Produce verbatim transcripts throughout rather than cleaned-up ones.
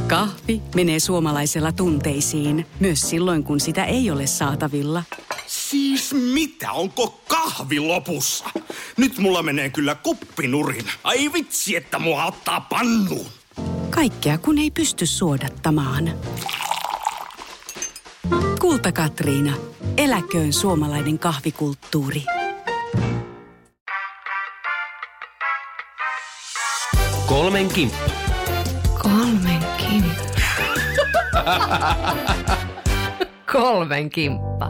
Kahvi menee suomalaisella tunteisiin, myös silloin kun sitä ei ole saatavilla. Siis mitä? Onko kahvi lopussa? Nyt mulla menee kyllä kuppinurin. Ai vitsi, että mua ottaa pannuun. Kaikkea kun ei pysty suodattamaan. Kulta Katriina. Eläköön suomalainen kahvikulttuuri. Kolmen kimppa. Kolmen kimppa. Kolmen kimppa.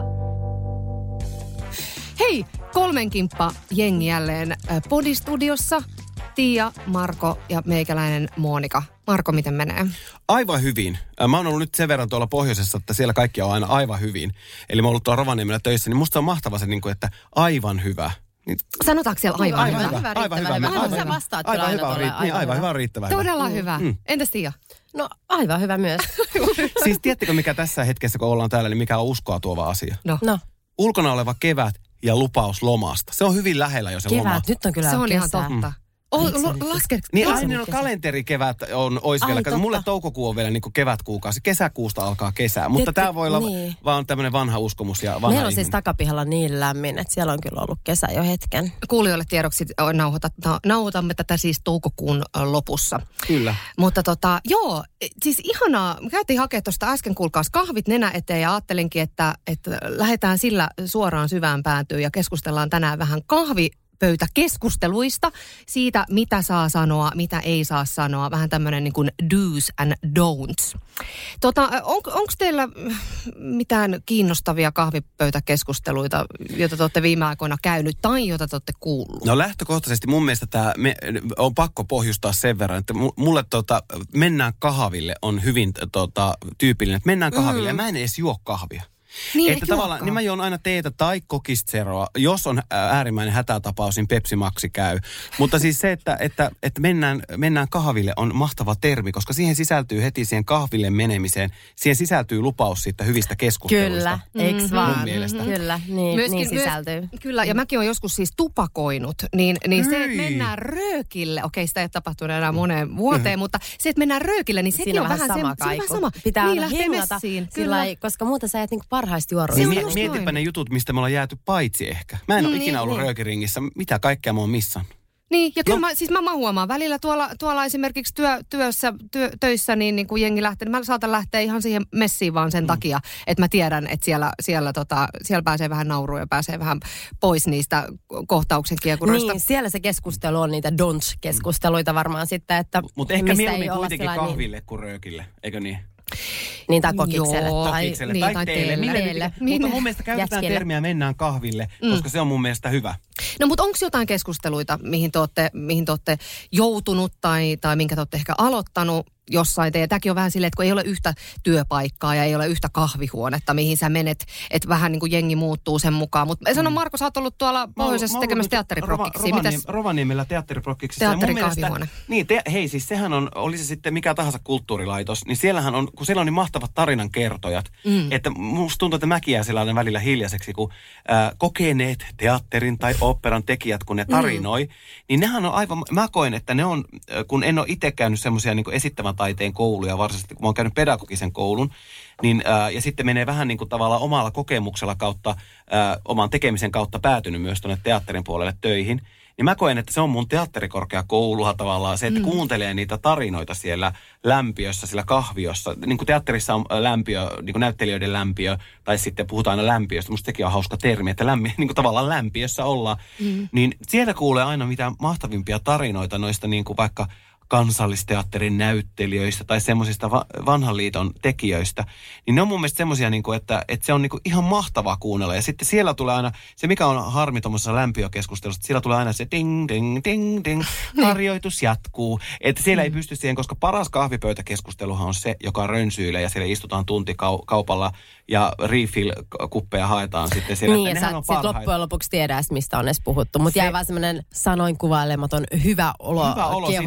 Hei, kolmen kimppa jengi jälleen Podistudiossa. Tiia, Marko ja meikäläinen Monika. Marko, miten menee? Aivan hyvin. Mä oon ollut nyt sen verran tuolla pohjoisessa, että siellä kaikki on aina aivan hyvin. Eli mä oon ollut tuolla Rovaniemellä töissä, niin musta on mahtava se, että aivan hyvä. Niin, sanotaanko siellä aivan, aivan hyvä? hyvä? Aivan hyvä. Aivan hyvä. Aivan sä vastaat kyllä aina tuolla aivan, aivan hyvä on riittävän hyvä. Todella hyvä. Mm. Entäs Tiia? No aivan hyvä myös. Siis tiedättekö mikä tässä hetkessä, kun ollaan täällä, niin mikä on uskoa tuova asia? No. no. Ulkona oleva kevät ja lupaus lomasta. Se on hyvin lähellä jo se kevät, loma. nyt on kyllä se on kesä. ihan totta. Mm. Oh, laske, niin aina on kalenterikevät on, ois Ai, vielä. totta. Mulle toukokuu on vielä niin kuin kevätkuukausi. Kesäkuusta alkaa kesää. Mutta tämä voi olla niin. vaan tämmöinen vanha uskomus ja vanha Meillä on ihminen. siis takapihalla niin lämmin, että siellä on kyllä ollut kesä jo hetken. Kuulijoille tiedoksi nauhoita, nauhoitamme tätä siis toukokuun lopussa. Kyllä. Mutta tota, joo, siis ihanaa. Käytiin hakemaan tuosta äsken, kuulkaas, kahvit nenä eteen ja ajattelinkin, että, että lähdetään sillä suoraan syvään päätyyn ja keskustellaan tänään vähän kahvi pöytäkeskusteluista, siitä mitä saa sanoa, mitä ei saa sanoa, vähän tämmöinen niin kuin do's and don'ts. Tota, on, onko teillä mitään kiinnostavia kahvipöytäkeskusteluita, joita te olette viime aikoina käynyt tai joita te olette kuullut? No lähtökohtaisesti mun mielestä tämä on pakko pohjustaa sen verran, että mulle tota, mennään kahville on hyvin tota, tyypillinen, että mennään kahville mm. ja mä en edes juo kahvia. Niin, että tavallaan, niin mä juon aina teetä tai kokisteroa. Jos on äärimmäinen hätätapaus, niin Pepsi Maxi käy. Mutta siis se, että, että, että mennään, mennään kahville on mahtava termi, koska siihen sisältyy heti siihen kahville menemiseen, siihen sisältyy lupaus siitä hyvistä keskusteluista. Kyllä, eiks vaan? Mun mielestä. Mm-hmm. Kyllä, niin, Myöskin, niin sisältyy. Myös, kyllä, ja mäkin olen joskus siis tupakoinut, niin, niin se, että mennään röökille, okei, sitä ei tapahtunut enää moneen vuoteen, mutta se, että mennään röökille, niin sekin siinä on vähän sama kaiku. Se on vähän sama. Pitää niin, aina hengata, sillä ei, koska muuten sä jäät niinku parhaista juoruista. Niin, mietipä ne jutut, mistä me ollaan jääty paitsi ehkä. Mä en mm, ole niin, ikinä ollut niin. röökiringissä. Mitä kaikkea mä oon missannut? Niin, ja kyllä no. mä, siis mä, mä huomaan välillä tuolla, tuolla esimerkiksi työ, työssä, työ, töissä, niin, niin kun jengi lähtee, niin mä saatan lähteä ihan siihen messiin vaan sen mm. takia, että mä tiedän, että siellä, siellä, tota, siellä pääsee vähän nauruun ja pääsee vähän pois niistä kohtauksen kiekuroista. Niin, siellä se keskustelu on niitä don't-keskusteluita varmaan sitten, että mutta ehkä mieluummin kuitenkin kahville niin kuin röökille, eikö niin? Niin, tai kokikselle. Joo, tai, kokikselle niin, tai, tai teille. teille. teille. Mutta mun mielestä käytetään Jäskille. termiä mennään kahville, mm. koska se on mun mielestä hyvä. No mutta onko jotain keskusteluita, mihin te olette, mihin te olette joutunut tai, tai minkä te olette ehkä aloittanut jossain? Te, tämäkin on vähän silleen, että kun ei ole yhtä työpaikkaa ja ei ole yhtä kahvihuonetta, mihin sä menet, että vähän niin kuin jengi muuttuu sen mukaan. Mutta sano Marko, sä oot ollut tuolla pohjoisessa tekemässä teatteriprokkiksi. Rova, Mitäs? Rovaniemellä teatteriprokkiksi. Teatterikahvihuone. Niin, te, hei siis sehän on, oli se sitten mikä tahansa kulttuurilaitos, niin siellähän on, kun siellä on niin mahtavat tarinankertojat, mm. että musta tuntuu, että mäkin jää sellainen välillä hiljaiseksi, kun äh, kokeneet teatterin tai oopperan tekijät, kun ne tarinoi, mm. niin nehän on aivan, mä koen, että ne on, kun en ole itse käynyt semmoisia niin kuin esittävän taiteen kouluja, varsinaisesti kun mä oon käynyt pedagogisen koulun, niin, ää, ja sitten menee vähän niin kuin tavallaan omalla kokemuksella kautta, ää, oman tekemisen kautta päätynyt myös tuonne teatterin puolelle töihin, niin mä koen, että se on mun teatterikorkeakoulua tavallaan se, että mm. kuuntelee niitä tarinoita siellä lämpiössä, sillä kahviossa. Niin kuin teatterissa on lämpiö, niin kuin näyttelijöiden lämpiö, tai sitten puhutaan aina lämpiöstä. Musta sekin on hauska termi, että lämpi, niin kuin tavallaan lämpiössä ollaan. Mm. Niin siellä kuulee aina mitä mahtavimpia tarinoita noista niin kuin vaikka Kansallisteatterin näyttelijöistä tai semmoisista va- vanhan liiton tekijöistä, niin ne on mun mielestä semmoisia, niin että, että se on niin kuin ihan mahtavaa kuunnella. Ja sitten siellä tulee aina, se mikä on harmi tuommoisessa lämpiökeskustelussa, että siellä tulee aina se ding, ding, ding, ding, harjoitus jatkuu. Että siellä ei pysty siihen, koska paras kahvipöytäkeskusteluhan on se, joka rönsyilee ja siellä istutaan tuntikaupalla ja refill-kuppeja haetaan sitten siellä. Niin, ja sä sit loppujen lopuksi tiedä, mistä on edes puhuttu, mutta jää vaan semmoinen sanoin kuvailematon hyvä olo, hyvä olo kehoon sitä ja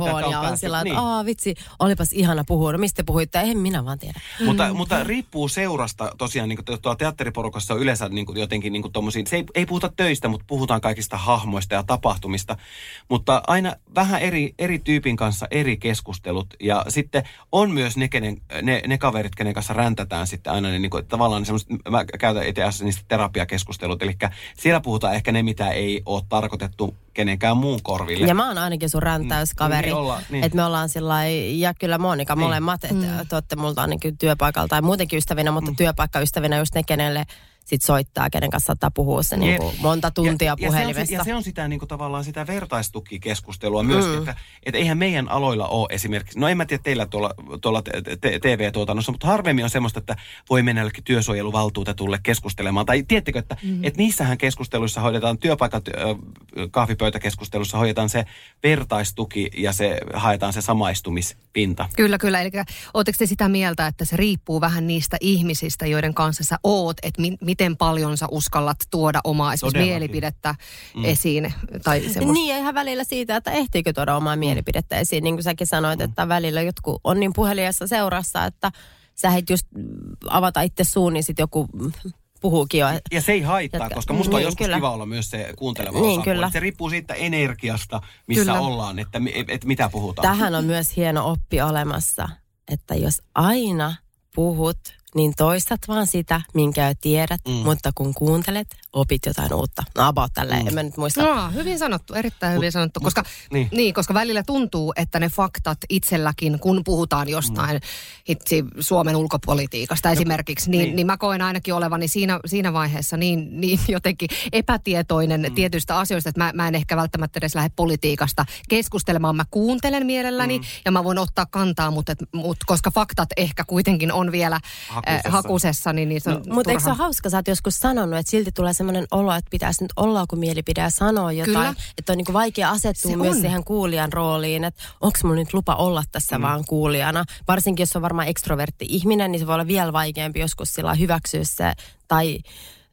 on sillä niin. että aa vitsi, olipas ihana puhua. No mistä puhuitte? En minä vaan tiedä. Mm. Mutta, mutta riippuu seurasta tosiaan, niin kuin tuolla teatteriporukassa on yleensä niin kuin jotenkin niin kuin tommosia, se ei, ei puhuta töistä, mutta puhutaan kaikista hahmoista ja tapahtumista. Mutta aina vähän eri, eri tyypin kanssa eri keskustelut. Ja sitten on myös ne, kenen, ne, ne kaverit, kenen kanssa räntätään sitten aina, niin kuin, tavallaan semmoista, mä käytän itse asiassa niistä terapiakeskustelut. Eli siellä puhutaan ehkä ne, mitä ei ole tarkoitettu kenenkään muun korville. Ja mä oon ainakin sun räntäyskaveri. Niin olla, niin. Että me ollaan sillai, ja kyllä Monika niin. molemmat, että mm. te ootte multa ainakin työpaikalla tai muutenkin ystävinä, mutta mm. työpaikkaystävinä just ne, kenelle sit soittaa, kenen kanssa saattaa puhua se niin kuin monta tuntia ja, puhelimessa. Ja se on, ja se on sitä niin kuin tavallaan sitä vertaistukikeskustelua myös, mm. että, että eihän meidän aloilla ole esimerkiksi, no en mä tiedä teillä tuolla, tuolla T V-tuotannossa, mutta harvemmin on semmoista, että voi mennä jollekin työsuojeluvaltuutetulle keskustelemaan. Tai tiedättekö, että, mm. että niissähän keskusteluissa hoidetaan, työpaikan kahvipöytäkeskustelussa hoidetaan se vertaistuki ja se haetaan se samaistumispinta. Kyllä, kyllä. Eli ootteko te sitä mieltä, että se riippuu vähän niistä ihmisistä, joiden kanssa sä oot, että mi- miten paljon sä uskallat tuoda omaa esimerkiksi mielipidettä mm. esiin? Tai semmoista. Niin, ihan välillä siitä, että ehtiikö tuoda omaa mm. mielipidettä esiin. Niin kuin säkin sanoit, mm. että välillä jotkut on niin puhelijassa seurassa, että sä heit just avata itse suun, niin sit joku puhuukin jo. Ja se ei haittaa, jotka, koska musta niin, on joskus kyllä. kiva olla myös se kuunteleva niin, osapuoli. Se riippuu siitä energiasta, missä kyllä. ollaan, että, että mitä puhutaan. Tähän on myös hieno oppi olemassa, että jos aina puhut, niin toistat vaan sitä, minkä jo tiedät, mm. mutta kun kuuntelet, opit jotain uutta. No about tälleen, mm. en mä nyt muista. No, hyvin sanottu, erittäin hyvin mut, sanottu, koska, mut, niin. Niin, koska välillä tuntuu, että ne faktat itselläkin, kun puhutaan jostain mm. hitsi Suomen ulkopolitiikasta esimerkiksi, niin, niin. niin mä koen ainakin olevani siinä, siinä vaiheessa niin, niin jotenkin epätietoinen mm. tietyistä asioista, että mä, mä en ehkä välttämättä edes lähde politiikasta keskustelemaan. Mä kuuntelen mielelläni mm. ja mä voin ottaa kantaa, mutta, mutta koska faktat ehkä kuitenkin on vielä hakusessa, hakusessa niin, niin se on no, mutta eikö se ole hauska, sä oot joskus sanonut, että silti tulee semmoinen olo, että pitäisi nyt olla joku mielipide ja sanoa jotain. Kyllä. Että on niin kuin vaikea asettua se myös on. siihen kuulijan rooliin, että onko mulla nyt lupa olla tässä mm. vaan kuulijana. Varsinkin, jos on varmaan ekstrovertti ihminen, niin se voi olla vielä vaikeampi joskus sillä hyväksyä se tai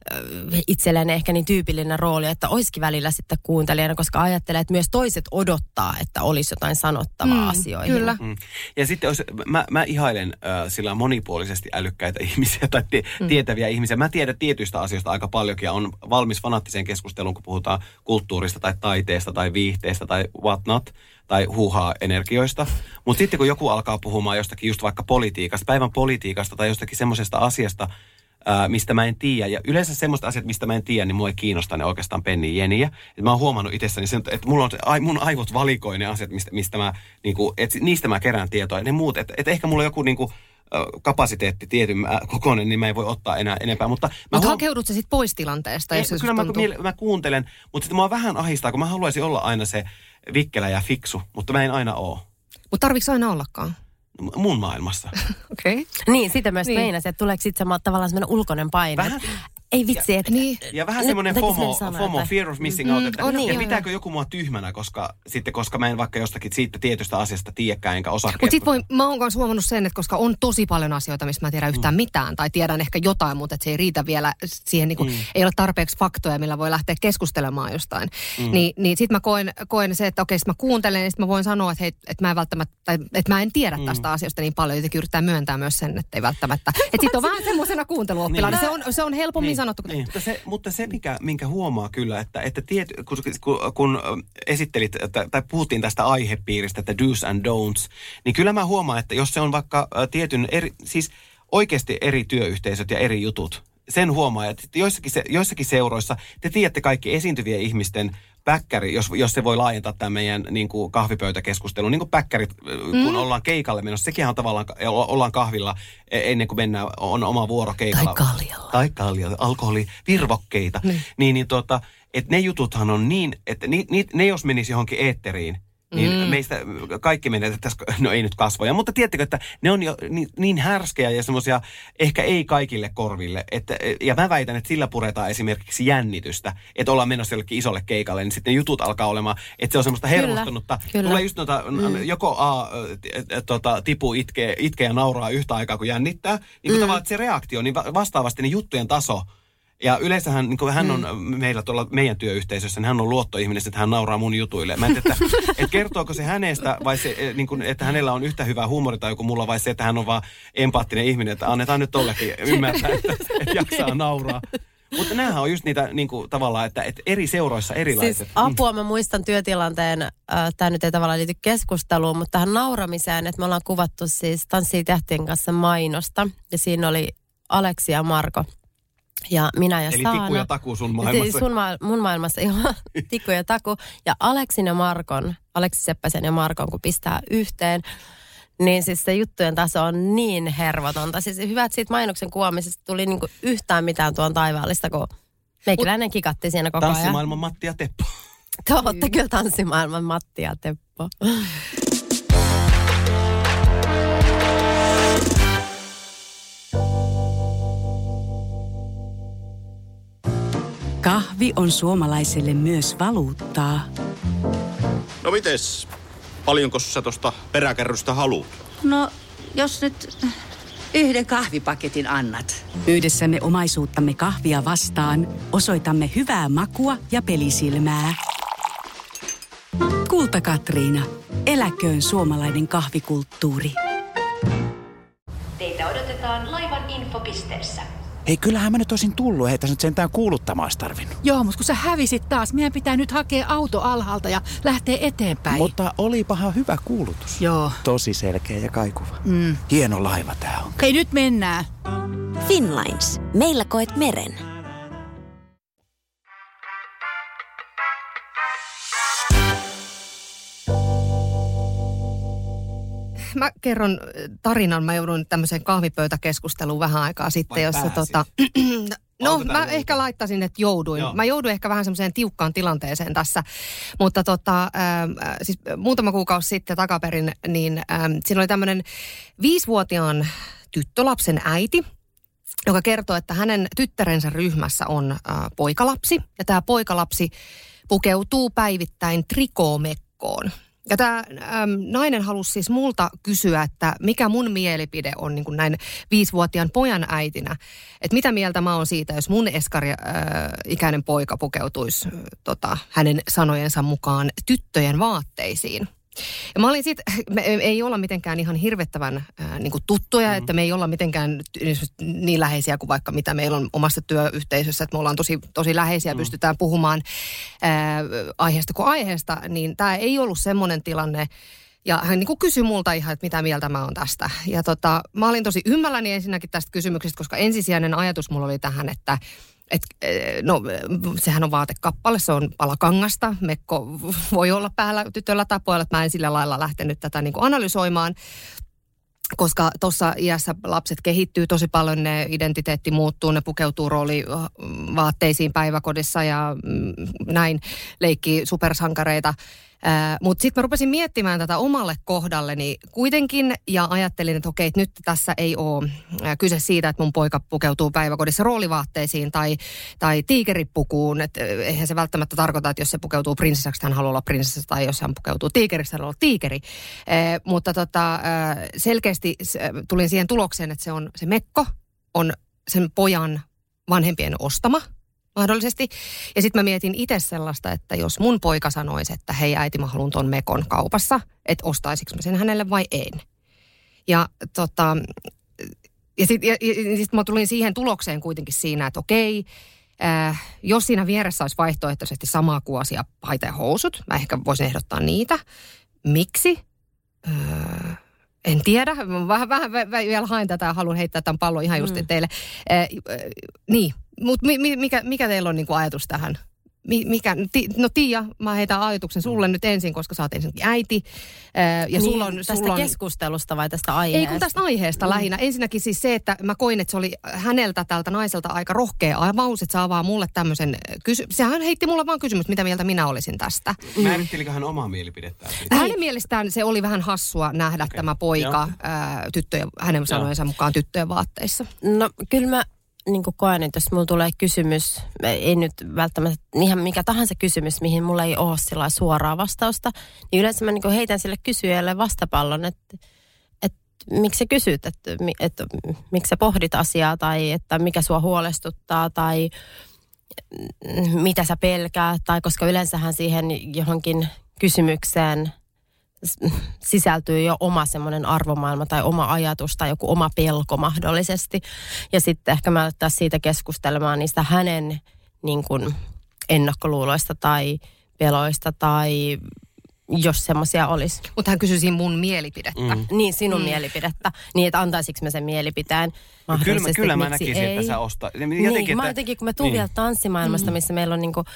itselleen ehkä niin tyypillinen rooli, että olisikin välillä sitten kuuntelijana, koska ajattelee, että myös toiset odottaa, että olisi jotain sanottavaa mm, asioihin. Kyllä. Mm. Ja sitten jos, mä, mä ihailen äh, sillä monipuolisesti älykkäitä ihmisiä tai te, mm. tietäviä ihmisiä. Mä tiedän tietyistä asioista aika paljonkin ja on valmis fanaattiseen keskusteluun, kun puhutaan kulttuurista tai taiteesta tai viihteestä tai whatnot tai huuhaa energioista. Mutta sitten kun joku alkaa puhumaan jostakin just vaikka politiikasta, päivän politiikasta tai jostakin semmoisesta asiasta, Uh, mistä mä en tiedä. Ja yleensä semmoista asiat, mistä mä en tiedä, niin mua ei kiinnosta ne oikeastaan pennin jeniä. Et mä oon huomannut itsessäni sen, että mulla on se, ai, mun aivot valikoi ne asiat, mistä, mistä mä, niinku, et niistä mä kerään tietoa. Ja ne muut, että et ehkä mulla on joku niinku, kapasiteetti tietyn kokoinen, niin mä en voi ottaa enää enempää. Mutta Mut huom... hakeudut sä sit pois tilanteesta, jos ei, se kyllä mä, tuntuu? mä kuuntelen, mutta sitten mua vähän ahistaa, kun mä haluaisin olla aina se vikkelä ja fiksu, mutta mä en aina oo. Mutta tarviiko aina ollakaan? Mun maailmassa. Okei. Okay. Niin, sitä myös niin. meinasin, että tuleeko sitten tavallaan semmoinen ulkoinen paine. Vähän. Ei vitsi, ja, että... Niin. Ja vähän semmoinen FOMO, sanoa, FOMO että... fear of missing out, että mm, niin, ja pitääkö joku mua tyhmänä, koska, sitten, koska mä en vaikka jostakin siitä tietystä asiasta tiedäkään, enkä osaa. Mutta sitten voi, mä oon kanssa huomannut sen, että koska on tosi paljon asioita, mistä mä en tiedä yhtään mm. mitään, tai tiedän ehkä jotain, mutta että se ei riitä vielä siihen, niin kuin, mm. ei ole tarpeeksi faktoja, millä voi lähteä keskustelemaan jostain. Mm. Niin, niin sitten mä koen, koen se, että okei, sit mä kuuntelen, ja sitten mä voin sanoa, että hei, että mä en välttämättä, tai että mä en tiedä tästä mm. asiasta niin paljon, jotenkin yrittää myöntää myös sen, että ei välttämättä. Että sitten on vähän semmoisena kuunteluoppilaana, se on, se on helpommin niin. sanottu. Niin. Mutta se, mutta se mikä, minkä huomaa kyllä, että, että tiet, kun, kun, kun esittelit, että, tai puhuttiin tästä aihepiiristä, että do's and don'ts, niin kyllä mä huomaan, että jos se on vaikka tietyn eri, siis oikeasti eri työyhteisöt ja eri jutut, sen huomaa, että joissakin, se, joissakin seuroissa te tiedätte kaikki esiintyvien ihmisten päkkäri, jos, jos se voi laajentaa tämän meidän niin kuin kahvipöytäkeskustelun, niin kuin päkkärit, mm. kun ollaan keikalle menossa, sekin on tavallaan, ollaan kahvilla ennen kuin mennään, on oma vuoro keikalla. Tai kaljalla. Tai kaljalla, alkoholivirvokkeita. Mm. Niin, niin tota, että ne jututhan on niin, että ni, ni, ne jos menisi johonkin eetteriin, niin mm. meistä kaikki menetettäisiin, no ei nyt kasvoja, mutta tiedättekö, että ne on jo niin, niin härskejä ja semmoisia ehkä ei kaikille korville. Että, ja mä väitän, että sillä puretaan esimerkiksi jännitystä, että ollaan menossa jollekin isolle keikalle, niin sitten ne jutut alkaa olemaan, että se on semmoista hermostunutta. Tulee just noita, mm. joko A, tota, tipu itkee, itkee ja nauraa yhtä aikaa, kun jännittää, niin kuin mm. tavallaan, että se reaktio, niin vastaavasti ne juttujen taso Ja yleensähän, niin kuin hän on mm. meillä tuolla meidän työyhteisössä, niin hän on luottoihminen, että hän nauraa mun jutuille. Mä en, että, että kertooko se hänestä vai se, niin kuin, että hänellä on yhtä hyvää huumorita kuin mulla, vai se, että hän on vaan empaattinen ihminen, että annetaan nyt tollekin ymmärtää, että, että jaksaa nauraa. Mutta näähän on just niitä niin kuin, tavallaan, että, että eri seuroissa erilaiset. Siis apua, mä muistan työtilanteen, äh, tämä nyt ei tavallaan liity keskusteluun, mutta tähän nauramiseen, että me ollaan kuvattu siis Tanssii tähtien kanssa mainosta. Ja siinä oli Aleksi ja Marko. Ja minä ja Eli Saana. Tikku ja Taku sun maailmassa. Sun ma- mun maailmassa, joo. Tikku ja Taku. Ja Aleksin ja Markon, Aleksi Seppäsen ja Markon, kun pistää yhteen, niin siis se juttujen taso on niin hervotonta. Siis hyvä, että siitä mainoksen kuvaamisesta tuli niinku yhtään mitään tuon taivaallista, kun meikäläinen kikatti siinä koko ajan. Tanssimaailman Matti ja Teppo. Te olette kyllä tanssimaailman Matti ja Teppo. Kahvi on suomalaiselle myös valuuttaa. No mites? Paljonko sä tosta peräkärrystä haluat? No, jos nyt yhden kahvipaketin annat. Yhdessämme omaisuuttamme kahvia vastaan osoitamme hyvää makua ja pelisilmää. Kulta Katriina. Eläköön suomalainen kahvikulttuuri. Teitä odotetaan laivan infopisteessä. Hei, kyllähän mä nyt olisin tullut. Ei tässä nyt sentään kuuluttamaan olisi tarvinnut. Joo, mutta kun sä hävisit taas, meidän pitää nyt hakea auto alhaalta ja lähteä eteenpäin. Mutta olipahan hyvä kuulutus. Joo. Tosi selkeä ja kaikuva. Mm. Hieno laiva tää on. Hei, nyt mennään. Finnlines. Meillä koet meren. Mä kerron tarinan. Mä joudun tämmöiseen kahvipöytäkeskusteluun vähän aikaa sitten, Vai jossa pääsit? tota... No, Onko mä joudu? ehkä laittaisin, että jouduin. Joo. Mä jouduin ehkä vähän semmoiseen tiukkaan tilanteeseen tässä. Mutta tota, äh, siis muutama kuukausi sitten takaperin, niin äh, siinä oli tämmöinen viisivuotiaan tyttölapsen äiti, joka kertoo, että hänen tyttärensä ryhmässä on äh, poikalapsi. Ja tämä poikalapsi pukeutuu päivittäin trikoomekkoon. Ja tämä äm, nainen halusi siis multa kysyä, että mikä mun mielipide on niin kuin näin viisivuotiaan pojan äitinä. Että mitä mieltä mä oon siitä, jos mun eskari-ikäinen poika pukeutuisi äh, tota, hänen sanojensa mukaan tyttöjen vaatteisiin. Ja mä olin siitä, me ei olla mitenkään ihan hirvettävän äh, niin kuin tuttuja, mm. että me ei olla mitenkään niin läheisiä kuin vaikka mitä meillä on omassa työyhteisössä, että me ollaan tosi, tosi läheisiä ja mm. pystytään puhumaan äh, aiheesta kuin aiheesta, niin tämä ei ollut semmoinen tilanne. Ja hän niin kuin kysyi multa ihan, että mitä mieltä mä oon tästä. Ja tota, mä olin tosi ymmälläni ensinnäkin tästä kysymyksestä, koska ensisijainen ajatus mulla oli tähän, että Et, no, sehän on vaatekappale, se on palakangasta. Mekko voi olla päällä tytöllä tai pojalla, että mä en sillä lailla lähtenyt tätä niin kuin analysoimaan. Koska tuossa iässä lapset kehittyy tosi paljon, ne identiteetti muuttuu, ne pukeutuu roolivaatteisiin päiväkodissa ja näin leikkii supersankareita. Äh, Mutta sitten mä rupesin miettimään tätä omalle kohdalleni kuitenkin ja ajattelin, että okei, että nyt tässä ei ole äh, kyse siitä, että mun poika pukeutuu päiväkodissa roolivaatteisiin tai, tai tiikeripukuun. Et, äh, eihän se välttämättä tarkoita, että jos se pukeutuu prinsessaksi, hän haluaa olla prinsessa tai jos hän pukeutuu tiikeriksi, hän haluaa olla tiikeri. Äh, mutta tota, äh, selkeästi äh, tulin siihen tulokseen, että se, on, se mekko on sen pojan vanhempien ostama. Mahdollisesti. Ja sitten mä mietin itse sellaista, että jos mun poika sanoisi, että hei äiti, mä haluan ton mekon kaupassa, että ostaisinko mä sen hänelle vai en. Ja tota, ja sitten ja, ja sit mä tulin siihen tulokseen kuitenkin siinä, että okei, äh, jos siinä vieressä olisi vaihtoehtoisesti samaa kuosia paita ja housut, mä ehkä voisin ehdottaa niitä. Miksi? Äh, En tiedä. Vähän, vähän vielä haen tätä ja haluan heittää tämän pallon ihan just mm. teille. Äh, äh, niin, mutta mi, mikä, mikä teillä on niinku ajatus tähän? Mikä, no Tiia, mä heitän ajatuksen sulle nyt ensin, koska sä oot ensinnäkin äiti. Äh, ja niin, sulla on, tästä sulla on, keskustelusta vai tästä aiheesta? Ei kun tästä aiheesta mm. lähinnä. Ensinnäkin siis se, että mä koin, että se oli häneltä tältä naiselta aika rohkea avaus, että se avaa mulle tämmöisen kysymyksen. Sehän heitti mulle vaan kysymys, mitä mieltä minä olisin tästä. Määrittelikö hän omaa mielipidettään? Hänen mielestään se oli vähän hassua nähdä okay. tämä poika ää, tyttöjen, hänen sanojensa mukaan tyttöjen vaatteissa. No kyllä mä niin kuin koen, että jos mulla tulee kysymys, ei nyt välttämättä ihan mikä tahansa kysymys, mihin mulla ei ole sillä suoraa vastausta, niin yleensä mä niin kuin heitän sille kysyjälle vastapallon, että, että miksi sä kysyt, että, että miksi sä pohdit asiaa tai että mikä sua huolestuttaa tai mitä sä pelkäät. Tai koska yleensähän siihen johonkin kysymykseen sisältyy jo oma semmoinen arvomaailma tai oma ajatus tai joku oma pelko mahdollisesti. Ja sitten ehkä mä aloittaa siitä keskustelemaan niistä hänen niin kuin ennakkoluuloista tai peloista tai jos semmoisia olisi. Mutta hän kysyisi mun mielipidettä. Mm. Niin, sinun mm. mielipidettä. Niin, että antaisinko mä sen mielipiteen Kyllä, mä, kyllä mä näkisin, ei. Että sä ostaa. Jotenkin, niin, että, mä jotenkin, kun mä tuun niin. vielä tanssimaailmasta, missä meillä on niinku,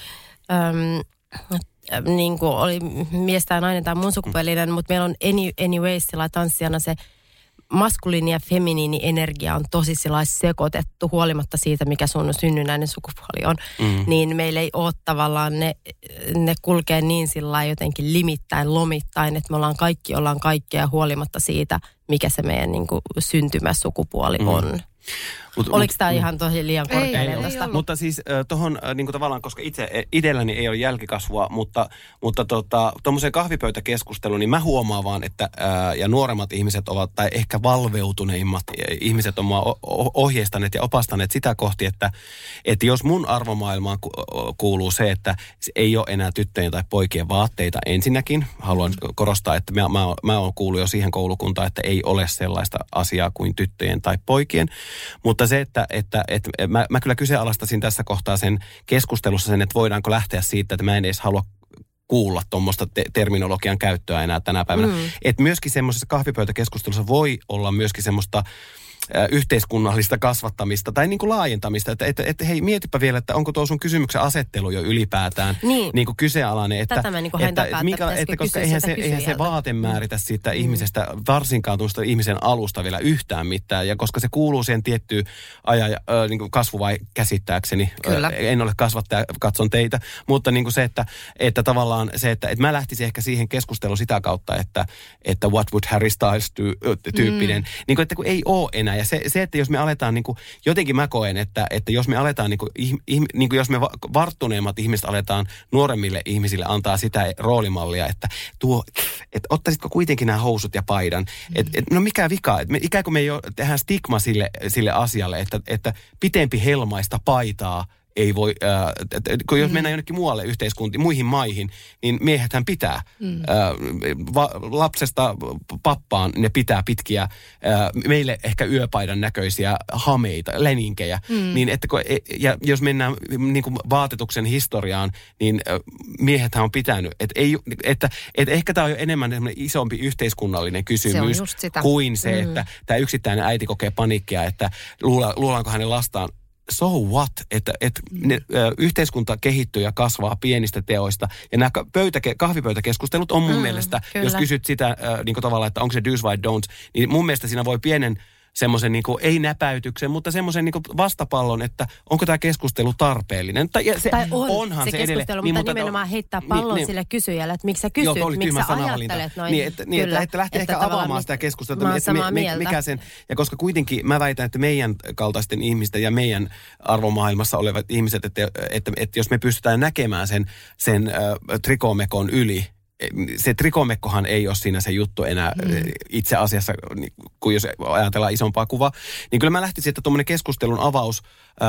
äm, niinku oli mies tai nainen tai mun sukupuolinen, mm. mutta meillä on any, anyways sillä tanssijana se maskuliini ja feminiini energia on tosi sekoitettu huolimatta siitä, mikä sun synnynnäinen sukupuoli on. Mm. Niin meillä ei ole tavallaan, ne, ne kulkee niin sillä jotenkin limittäin, lomittain, että me ollaan kaikki, ollaan kaikkea huolimatta siitä, mikä se meidän niin kuin syntymäsukupuoli mm. on. Mut, Oliko tämä mm. ihan tosi liian korkealentoista? Mutta siis äh, tuohon äh, niin tavallaan, koska itse itselläni ei ole jälkikasvua, mutta mutta tota, tuommoiseen kahvipöytäkeskusteluun, niin mä huomaan vaan, että äh, ja nuoremmat ihmiset ovat, tai ehkä valveutuneimmat ihmiset on mua ohjeistaneet ja opastaneet sitä kohti, että, että jos mun arvomaailmaan ku- kuuluu se, että ei ole enää tyttöjen tai poikien vaatteita ensinnäkin, haluan korostaa, että mä, mä, mä oon kuullut jo siihen koulukuntaan, että ei ole sellaista asiaa kuin tyttöjen tai poikien, mutta se, että, että, että mä, mä kyllä kyseenalaistasin tässä kohtaa sen keskustelussa sen, että voidaanko lähteä siitä, että mä en edes halua kuulla tuommoista te- terminologian käyttöä enää tänä päivänä. Mm. Että myöskin semmoisessa kahvipöytäkeskustelussa voi olla myöskin semmoista yhteiskunnallista kasvattamista tai niin kuin laajentamista, että, että, että hei, mietipä vielä, että onko tuo sun kysymyksen asettelu jo ylipäätään niin, niin kuin kyseenalainen, että, Tätä mä niin kuin että, takaa, että, mikä, että koska eihän se, eihän se vaate määritä siitä mm. ihmisestä, varsinkaan tuosta ihmisen alusta vielä yhtään mitään, ja koska se kuuluu siihen tiettyyn ajan äh, niin kuin kasvuvai käsittääkseni, äh, en ole kasvattaja, katson teitä, mutta niin kuin se, että, että tavallaan se, että, että mä lähtisin ehkä siihen keskusteluun sitä kautta, että, että what would Harry Styles do, tyyppinen, mm. niin kuin, että kun ei ole enää. Ja se, se, että jos me aletaan, niin kuin, jotenkin mä koen, että, että jos me aletaan, niin kuin, ihm, niin kuin jos me varttuneemmat ihmiset aletaan nuoremmille ihmisille antaa sitä roolimallia, että tuo, että ottaisitko kuitenkin nämä housut ja paidan. Mm. Et, et, no mikä vika, että me, ikään kuin me jo tehdään stigma sille, sille asialle, että, että pitempi helmaista paitaa ei voi, äh, kun jos mm. mennään jonnekin muualle yhteiskuntiin, muihin maihin, niin miehethän pitää. Mm. Äh, va, lapsesta pappaan ne pitää pitkiä, äh, meille ehkä yöpaidan näköisiä hameita, leninkejä. Mm. Niin että, kun, ja jos mennään niin kuin vaatetuksen historiaan, niin äh, miehethän on pitänyt. Et ei, että, et ehkä tämä on jo enemmän isompi yhteiskunnallinen kysymys se kuin se, mm. että tämä yksittäinen äiti kokee paniikkia, että luula, luulaanko hänen lastaan. So what? Että, että ne, ö, yhteiskunta kehittyy ja kasvaa pienistä teoista. Ja nämä pöytäke, kahvipöytäkeskustelut on mun mm, mielestä, kyllä. Jos kysyt sitä ö, niin kuin tavallaan, että onko se do's vai don'ts, niin mun mielestä siinä voi pienen semmoisen niin kuin, ei näpäytyksen, mutta semmoisen niin kuin vastapallon, että onko tämä keskustelu tarpeellinen. Tai, se, tai on onhan se, se keskustelu, edelleen, mutta niin, nimenomaan heittää pallon niin, sille kysyjälle, että miksi sä kysyt, joo, miksi sä ajattelet noin. Niin, että, niin, että, että lähtee ehkä avaamaan mi- sitä keskustelua, että mi- mikä sen, ja koska kuitenkin mä väitän, että meidän kaltaisten ihmisten ja meidän arvomaailmassa olevat ihmiset, että, että, että, että jos me pystytään näkemään sen, sen äh, trikomekon yli, se trikomekkohan ei ole siinä se juttu enää mm. itse asiassa, kun jos ajatellaan isompaa kuvaa, niin kyllä mä lähtisin, että tuommoinen keskustelun avaus,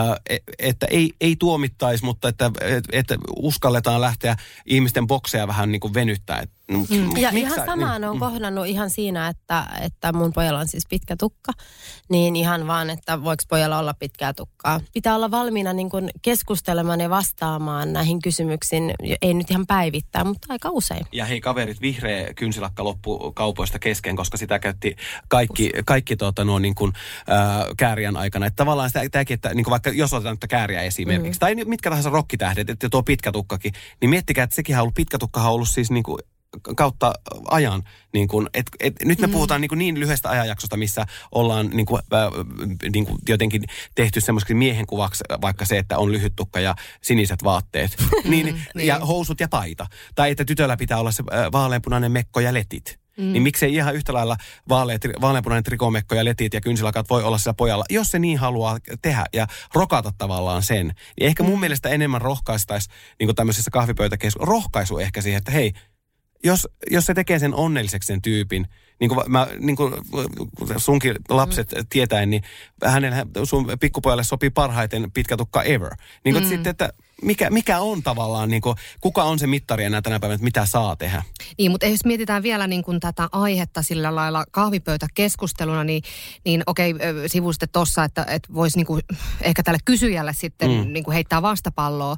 että ei, ei tuomittaisi, mutta että, että uskalletaan lähteä ihmisten bokseja vähän niin kuin venyttää. Mm. Ja ihan sä, samaan niin, on mm. kohdannut ihan siinä, että, että mun pojalla on siis pitkä tukka, niin ihan vaan, että voiko pojalla olla pitkää tukkaa. Pitää olla valmiina niin kuin keskustelemaan ja vastaamaan näihin kysymyksiin, ei nyt ihan päivittää, mutta aika usein. Ja hei kaverit, vihreä kynsilakka loppui kaupoista kesken, koska sitä käytti kaikki, kaikki tuota, nuo niin kuin, äh, kääriän aikana. Että tavallaan sitä, tämäkin, että niin kuin vaikka jos otetaan nyt kääriä esimerkiksi, mm. tai mitkä tahansa rokkitähdet, että tuo pitkä tukkakin, niin miettikää, että sekin on ollut, pitkä tukkahan on ollut siis niin kuin kautta ajan. Niin kun, et, et, nyt me mm. puhutaan niin, niin lyhyestä ajanjaksosta, missä ollaan niin kun, äh, niin kun jotenkin tehty semmoiseksi miehen kuvaksi vaikka se, että on lyhyt tukka ja siniset vaatteet. niin, niin. Ja housut ja paita. Tai että tytöllä pitää olla se äh, vaaleanpunainen mekko ja letit. Mm. Niin miksei ihan yhtä lailla vaaleat, vaaleanpunainen trikomekko ja letit ja kynsilakat voi olla sillä pojalla, jos se niin haluaa tehdä ja rokata tavallaan sen. Niin ehkä mun mm. mielestä enemmän rohkaistaisi niin kuin tämmöisessä kahvipöytäkeskustelussa, rohkaisu ehkä siihen, että hei, Jos, jos se tekee sen onnelliseksi sen tyypin, Niin kuin, mä, niin kuin sunkin lapset mm. tietäen, niin hänellä, sun pikkupojalle sopii parhaiten pitkä tukka ever. Niin kuin, mm. sitten, että mikä, mikä on tavallaan, niin kuin, kuka on se mittari enää tänä päivänä, että mitä saa tehdä? Niin, mutta jos mietitään vielä niin kuin tätä aihetta sillä lailla kahvipöytäkeskusteluna, niin, niin okei, sivusitte tuossa, että, että voisi niin kuin ehkä tälle kysyjälle sitten mm. niin kuin heittää vastapalloa.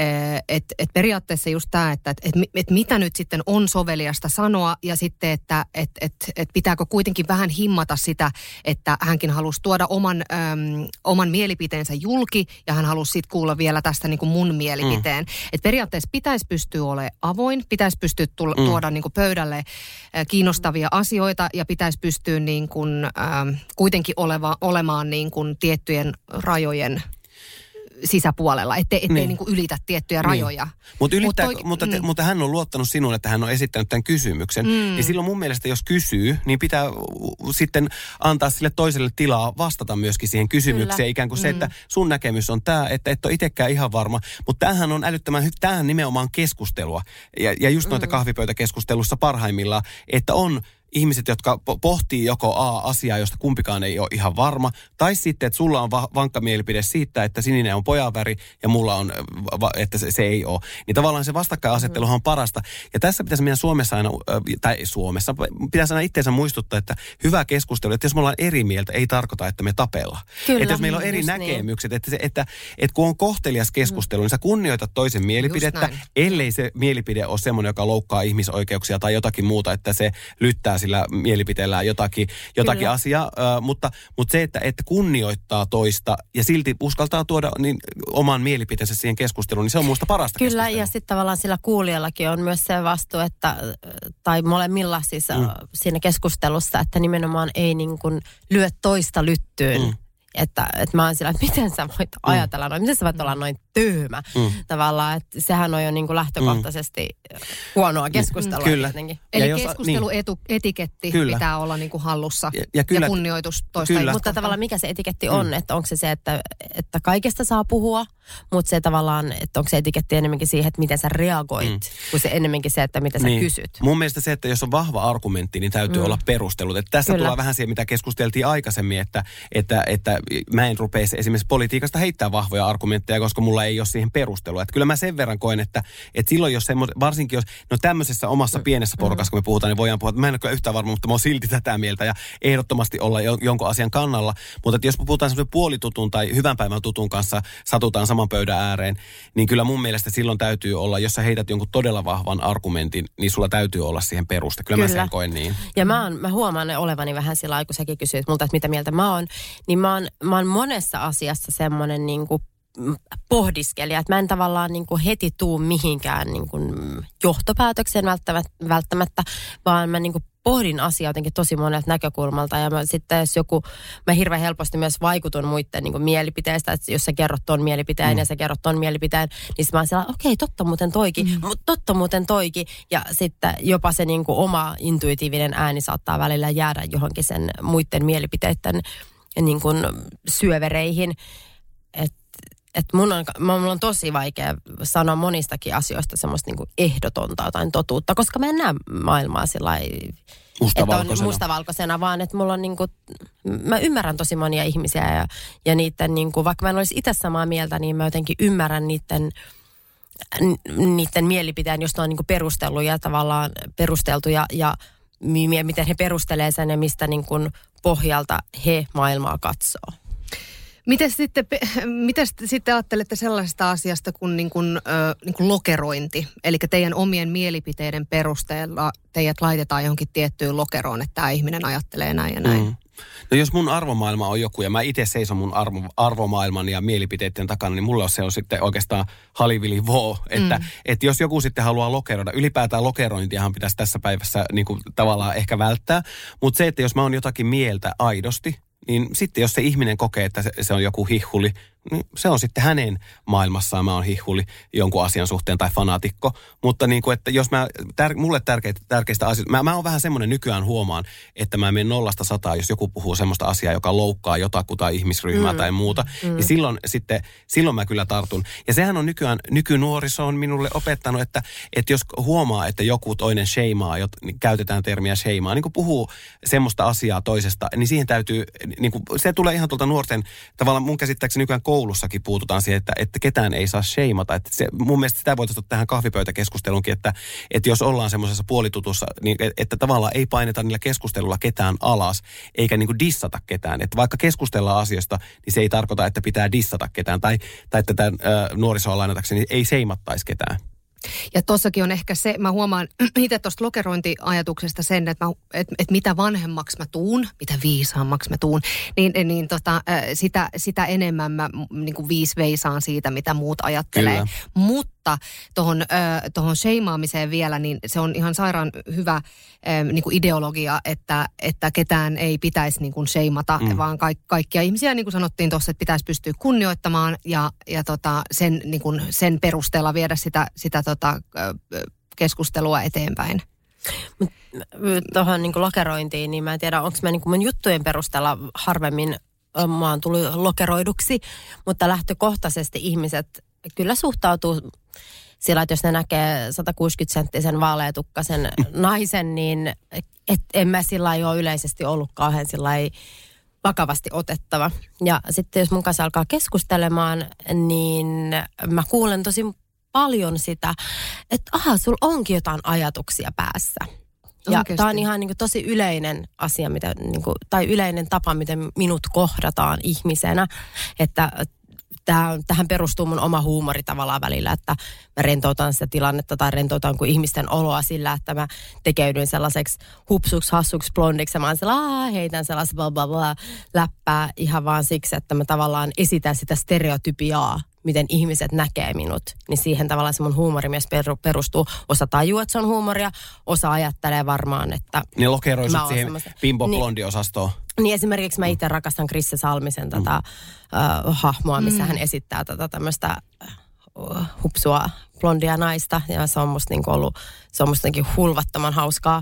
Että et periaatteessa just tämä, että et, et, et mitä nyt sitten on soveliasta sanoa ja sitten, että et, et, et pitääkö kuitenkin vähän himmata sitä, että hänkin halusi tuoda oman, äm, oman mielipiteensä julki ja hän halusi sitten kuulla vielä tästä niin kuin mun mielipiteen. Mm. Että periaatteessa pitäisi pystyä olemaan avoin, pitäisi pystyä tulla, mm. tuoda niin kuin pöydälle äh, kiinnostavia asioita ja pitäisi pystyä niin kuin, äh, kuitenkin oleva, olemaan niin kuin tiettyjen rajojen sisäpuolella, ettei, ettei niin. Niin kuin ylitä tiettyjä rajoja. Niin. Mut ylittää, Mut toi, mutta, te, mm. mutta hän on luottanut sinuun, että hän on esittänyt tämän kysymyksen. Mm. Niin silloin mun mielestä, jos kysyy, niin pitää sitten antaa sille toiselle tilaa vastata myöskin siihen kysymykseen. Kyllä. Ikään kuin se, että sun näkemys on tämä, että et ole itsekään ihan varma. Mutta tämähän on älyttömän hyvä. Tämähän nimenomaan keskustelua. Ja, ja just noita mm. kahvipöytäkeskustelussa parhaimmillaan, että on ihmiset, jotka pohtii joko A-asiaa, josta kumpikaan ei ole ihan varma, tai sitten, että sulla on va- vankka mielipide siitä, että sininen on pojan väri ja mulla on, va- että se, se ei ole. Niin tavallaan se vastakkainasetteluhan on parasta. Ja tässä pitäisi meidän Suomessa aina, tai Suomessa, pitäisi aina itseensä muistuttaa, että hyvä keskustelu, että jos me ollaan eri mieltä, ei tarkoita, että me tapellaan. Kyllä, että jos meillä on eri näkemykset, niin. että, se, että, että kun on kohtelias keskustelu, mm. niin sä kunnioitat toisen mielipidettä, ellei se mielipide ole semmoinen, joka loukkaa ihmisoikeuksia tai jotakin muuta, että se lyttää sillä mielipiteellään jotakin, jotakin asiaa, uh, mutta, mutta se, että, että kunnioittaa toista ja silti uskaltaa tuoda niin, oman mielipiteensä siihen keskusteluun, niin se on minusta parasta Kyllä, keskustelua. Ja sitten tavallaan sillä kuulijallakin on myös se vastuu, että, tai molemmilla siis mm. siinä keskustelussa, että nimenomaan ei niin kuin lyö toista lyttyyn. Mm. Että, että mä oon sillä, että miten sä voit mm. ajatella noin, miten sä voit olla noin tyhmä mm. tavallaan, että sehän on jo niin kuin lähtökohtaisesti mm. huonoa keskustelua. Kyllä. Jotenkin. Eli keskusteluetiketti niin. pitää olla niin kuin hallussa ja, ja, kyllä, ja kunnioitus toista. Kyllä. Mutta tavallaan mikä se etiketti on, mm. että onko se se, että, että kaikesta saa puhua, mutta se tavallaan, että onko se etiketti enemmänkin siihen, että miten sä reagoit, mm. kuin se enemmänkin se, että mitä niin. sä kysyt. Mun mielestä se, että jos on vahva argumentti, niin täytyy mm. olla perustelut. Että tässä tullaan vähän siihen, mitä keskusteltiin aikaisemmin, että, että, että mä en rupeisi esimerkiksi politiikasta heittää vahvoja argumentteja, koska mulla ei ole siihen perustelua. Että kyllä mä sen verran koen, että, että silloin jos semmo, varsinkin jos, no tämmöisessä omassa pienessä porukassa, kun me puhutaan, niin voidaan puhua, että mä en ole kyllä yhtään varma, mutta mä oon silti tätä mieltä ja ehdottomasti olla jonkun asian kannalla. Mutta että jos me puhutaan semmoisen puolitutun tai hyvän päivän tutun kanssa, satutaan saman pöydän ääreen, niin kyllä mun mielestä silloin täytyy olla, jos sä heität jonkun todella vahvan argumentin, niin sulla täytyy olla siihen peruste. Kyllä, kyllä. Mä sen koen niin. Ja mä, oon, mä huomaan olevani vähän sillä lailla, kun säkin kysyit multa, että mitä mieltä mä oon, niin mä oon, mä oon monessa asiassa semmoinen niin kuin pohdiskelija, että mä en tavallaan niin kuin heti tuu mihinkään niin kuin johtopäätökseen välttämättä, välttämättä, vaan mä niin kuin pohdin asiaa jotenkin tosi monelta näkökulmalta ja mä sitten jos joku, mä hirveän helposti myös vaikutun muiden niin kuin mielipiteistä, että jos sä kerrot ton mielipiteen mm. ja sä kerrot ton mielipiteen, niin sitten mä oon siellä, okei, okay, totta muuten toikin, mm. mutta totta muuten toikin ja sitten jopa se niin kuin oma intuitiivinen ääni saattaa välillä jäädä johonkin sen muiden mielipiteiden niin kuin syövereihin, että et mun on, mun on tosi vaikea sanoa monistakin asioista semmoista niinku ehdotonta jotain totuutta, koska mä en näe maailmaa sillai, mustavalkoisena. mustavalkoisena, vaan että mulla on niinku, mä ymmärrän tosi monia ihmisiä ja, ja niiden niinku, vaikka mä en olisi itse samaa mieltä, niin mä jotenkin ymmärrän niiden, niiden mielipiteen, jos ne on niinku perustelluja tavallaan perusteltuja ja miten he perustelee sen ja mistä niinku pohjalta he maailmaa katsoo. Miten sitten, miten sitten ajattelette sellaisesta asiasta kuin, niin kuin, äh, niin kuin lokerointi? Eli teidän omien mielipiteiden perusteella teidät laitetaan johonkin tiettyyn lokeroon, että tämä ihminen ajattelee näin ja näin. Mm. No jos mun arvomaailma on joku ja mä itse seison mun arvo, arvomaailman ja mielipiteiden takana, niin mulla se on sitten oikeastaan halivili voo. Että, mm. että jos joku sitten haluaa lokeroida, ylipäätään lokerointiahan pitäisi tässä päivässä niin kuin tavallaan ehkä välttää. Mutta se, että jos mä oon jotakin mieltä aidosti, niin sitten jos se ihminen kokee, että se, se on joku hihhuli niin se on sitten hänen maailmassaan. Mä oon hihhuli jonkun asian suhteen tai fanaatikko. Mutta niin kuin, että jos mä, tär, mulle tärkeitä, tärkeistä asioista, mä, mä oon vähän semmoinen nykyään huomaan, että mä menen nollasta sataa, jos joku puhuu semmoista asiaa, joka loukkaa jotakuta ihmisryhmää mm. tai muuta, mm. niin silloin sitten, silloin mä kyllä tartun. Ja sehän on nykyään, nykynuoriso on minulle opettanut, että, että jos huomaa, että joku toinen sheimaa, jot, niin käytetään termiä sheimaa, niin kuin puhuu semmoista asiaa toisesta, niin siihen täytyy, niin kuin, se tulee ihan tuolta nuorten, tavallaan mun käsittääkseni nykyään koulussakin puututaan siihen, että, että ketään ei saa sheimata. Että se, mun mielestä sitä voitaisiin ottaa tähän kahvipöytäkeskusteluunkin, että, että jos ollaan semmoisessa puolitutussa, niin että tavallaan ei paineta niillä keskustelulla ketään alas, eikä niin kuin dissata ketään. Että vaikka keskustellaan asioista, niin se ei tarkoita, että pitää dissata ketään. Tai, tai että tämän äh, nuorisoa lainatakseni ei seimattaisi ketään. Ja tossakin on ehkä se, mä huomaan itse tuosta lokerointiajatuksesta sen, että, mä, että, että mitä vanhemmaksi mä tuun, mitä viisaammaksi mä tuun, niin, niin tota, sitä, sitä enemmän mä niin kuin viis veisaan siitä, mitä muut ajattelee. Kyllä. Mutta tuohon tohon sheimaamiseen vielä, niin se on ihan sairaan hyvä niin kuin ideologia, että, että ketään ei pitäisi niin kuin sheimata, mm. vaan ka- kaikkia ihmisiä, niin kuin sanottiin tuossa, että pitäisi pystyä kunnioittamaan ja, ja tota, sen, niin kuin sen perusteella viedä sitä, sitä tota, keskustelua eteenpäin. Tuohon niin kuin lokerointiin, niin mä en tiedä, onko mä niin kuin mun juttujen perusteella harvemmin mä oon tullut lokeroiduksi, mutta lähtökohtaisesti ihmiset kyllä suhtautuu sillä, että jos ne näkee sata kuusikymmentä senttisen vaaleatukkaisen naisen, niin et, en mä sillä lailla ole yleisesti ollut kauhean sillä lailla vakavasti otettava. Ja sitten jos mun kanssa alkaa keskustelemaan, niin mä kuulen tosi paljon sitä, että aha, sulla onkin jotain ajatuksia päässä. Ja tämä on ihan niin kuin tosi yleinen asia, mitä, niin kuin, tai yleinen tapa, miten minut kohdataan ihmisenä, että Tähän, tähän perustuu mun oma huumori tavallaan välillä, että mä rentoutan sitä tilannetta tai rentoutan kuin ihmisten oloa sillä, että mä tekeydyin sellaiseksi hupsuksi, hassuksi, blondiksi ja mä oon sellainen, heitän sellaista bla bla bla läppää ihan vaan siksi, että mä tavallaan esitän sitä stereotypiaa, miten ihmiset näkee minut. Niin siihen tavallaan se mun huumori myös perustuu. Osa tajuu, että se on huumoria, osa ajattelee varmaan, että niin lokeroisit siihen bimbo-blondi-osastoon. Niin esimerkiksi mä itse rakastan Krisse Salmisen tätä mm. uh, hahmoa, missä mm. hän esittää tätä tämmöistä uh, hupsua blondia naista. Ja se on musta niinku ollut, se on musta hulvattoman hauskaa.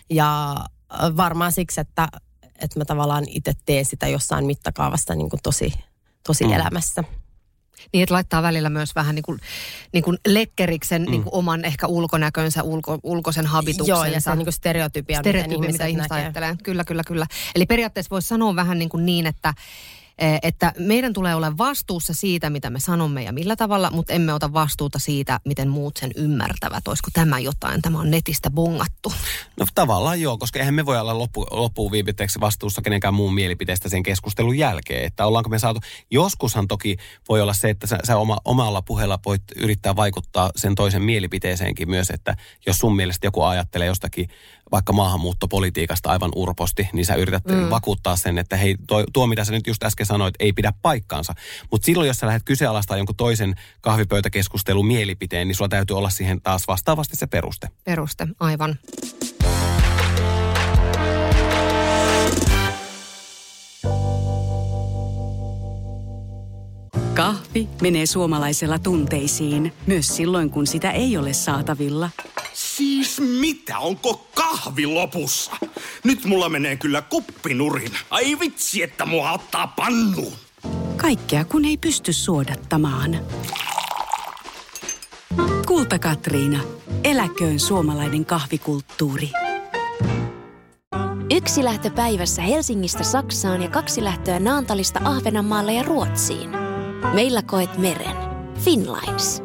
Ja uh, varmaan siksi, että, että mä tavallaan itse teen sitä jossain mittakaavassa niinku tosi, tosi mm. elämässä. Niin, että laittaa välillä myös vähän niin kuin, niin kuin lekkeriksen mm. niin kuin oman ehkä ulkonäkönsä, ulko, ulkoisen habituksensa. Joo, ja se on niin kuin stereotypia, stereotypia mitä, mitä ihmiset ajattelee. Kyllä, kyllä, kyllä. Eli periaatteessa voisi sanoa vähän niin, kuin niin että, että meidän tulee olla vastuussa siitä, mitä me sanomme ja millä tavalla, mutta emme ota vastuuta siitä, miten muut sen ymmärtävät. Olisiko tämä jotain? Tämä on netistä bongattu. No tavallaan joo, koska eihän me voi olla loppu, loppuun viipiteeksi vastuussa kenenkään muun mielipiteestä sen keskustelun jälkeen. Että ollaanko me saatu, joskushan toki voi olla se, että sä, sä oma, omalla puheella voit yrittää vaikuttaa sen toisen mielipiteeseenkin myös, että jos sun mielestä joku ajattelee jostakin vaikka maahanmuuttopolitiikasta aivan urposti, niin sä yrität mm. vakuuttaa sen, että hei, tuo, tuo mitä sä nyt just äsken sanoit, ei pidä paikkaansa. Mutta silloin, jos sä lähdet kyseenalaistamaan jonkun toisen kahvipöytäkeskustelun mielipiteen, niin sulla täytyy olla siihen taas vastaavasti se peruste. Peruste, aivan. Kahvi menee suomalaisella tunteisiin, myös silloin kun sitä ei ole saatavilla. Siis mitä? Onko kahvi lopussa? Nyt mulla menee kyllä kuppinurin. Ai vitsi, että mua ottaa pannuun. Kaikkea kun ei pysty suodattamaan. Kulta Katriina. Eläköön suomalainen kahvikulttuuri. Yksi lähtö päivässä Helsingistä Saksaan ja kaksi lähtöä Naantalista Ahvenanmaalle ja Ruotsiin. Meillä koet meren. Finnlines.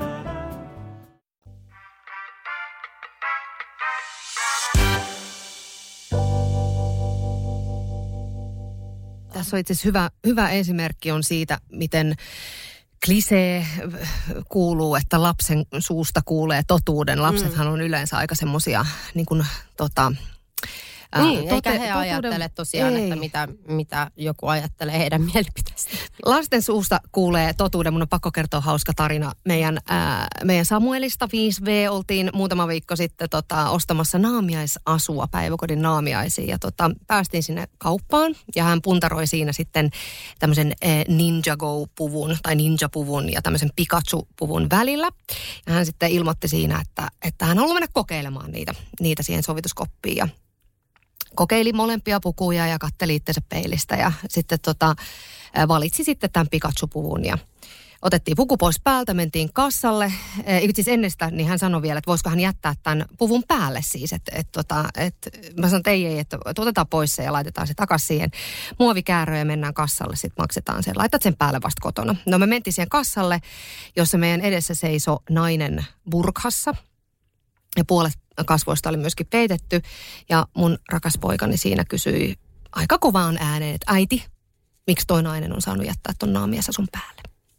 Tässä on itse asiassa hyvä, hyvä esimerkki on siitä, miten klisee kuuluu, että lapsen suusta kuulee totuuden. Lapsethan on yleensä aika semmoisia niin kuin tota... Niin, tote, eikä he totuuden, ajattele tosiaan, ei. että mitä, mitä joku ajattelee heidän mielipiteestä. Lasten suusta kuulee totuuden. Mun on pakko kertoa hauska tarina. Meidän, ää, meidän Samuelista viisi vuotias oltiin muutama viikko sitten tota, ostamassa naamiaisasua päiväkodin naamiaisiin. Ja tota, päästiin sinne kauppaan ja hän puntaroi siinä sitten tämmöisen eh, Ninjago-puvun tai Ninja-puvun ja tämmöisen Pikachu-puvun välillä. Ja hän sitten ilmoitti siinä, että, että hän haluaa mennä kokeilemaan niitä, niitä siihen sovituskoppiin. Ja kokeili molempia pukuja ja katteli itsensä peilistä ja sitten tota, valitsi sitten tämän Pikachu-puvun ja otettiin puku pois päältä, mentiin kassalle. Itse asiassa ennen sitä, niin hän sanoi vielä, että voisiko hän jättää tämän puvun päälle siis. Että et, tota, et, mä sanoin, että ei, ei, että otetaan pois se ja laitetaan se takaisin siihen muovikääröön ja mennään kassalle. Sitten maksetaan sen, laitat sen päälle vasta kotona. No me mentiin siihen kassalle, jossa meidän edessä seisoi nainen burkhassa ja puolet kasvoista oli myöskin peitetty. Ja mun rakas poikani siinä kysyi aika kovaan ääneen, että äiti, miksi toi nainen on saanut jättää ton naamiaisasun päälle?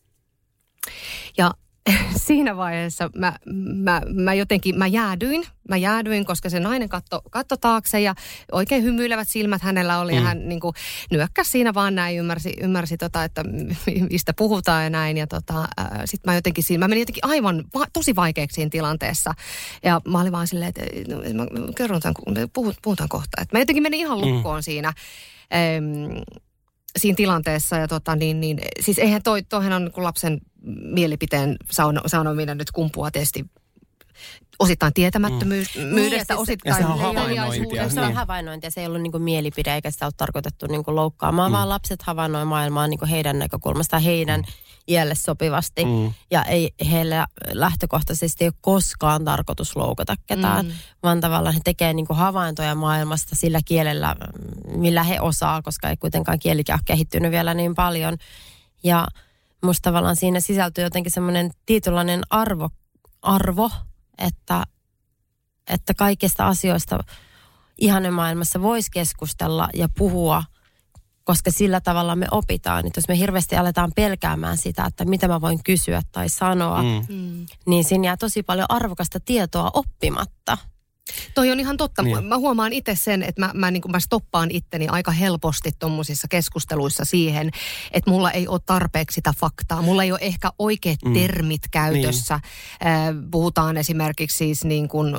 Ja siinä vaiheessa mä, mä, mä jotenkin, mä jäädyin, mä jäädyin, koska se nainen katto, katto taakse ja oikein hymyilevät silmät hänellä oli mm. ja hän niin kuin nyökkäsi siinä vaan näin, ymmärsi, ymmärsi tota, että mistä puhutaan ja näin ja tota, sitten mä jotenkin siinä, mä menin jotenkin aivan va, tosi vaikeaksi siinä tilanteessa ja mä olin vaan silleen, että no, mä kerron tämän, puhutaan kohta, että mä jotenkin menin ihan lukkoon mm. siinä. Ähm, siinä tilanteessa ja tota niin, niin siis eihän toi, toihan on niin lapsen mielipiteen sanominen nyt kumpuaa tietysti osittain tietämättömyydestä, mm. niin, siis osittain se on havainnointia. Se on havainnointia, se ei ollut niinku mielipide eikä sitä ole tarkoitettu niinku loukkaamaan, mm. vaan lapset havainnoi maailmaa niinku heidän näkökulmasta, heidän mm. iälle sopivasti. Mm. Ja ei heillä lähtökohtaisesti ei ole koskaan tarkoitus loukata ketään, mm. vaan tavallaan he tekee niinku havaintoja maailmasta sillä kielellä, millä he osaa, koska ei kuitenkaan kielikin ole kehittynyt vielä niin paljon. Ja musta tavallaan siinä sisältyy jotenkin semmoinen tietynlainen arvo, arvo että, että kaikista asioista ihanemaailmassa voisi keskustella ja puhua, koska sillä tavalla me opitaan. Että jos me hirveästi aletaan pelkäämään sitä, että mitä mä voin kysyä tai sanoa, mm. niin siinä jää tosi paljon arvokasta tietoa oppimatta. Toi on ihan totta. Niin. Mä huomaan itse sen, että mä, mä, niin kuin mä stoppaan itteni aika helposti tommosissa keskusteluissa siihen, että mulla ei ole tarpeeksi sitä faktaa. Mulla ei ole ehkä oikeat mm. termit käytössä. Niin. Puhutaan esimerkiksi siis niin kuin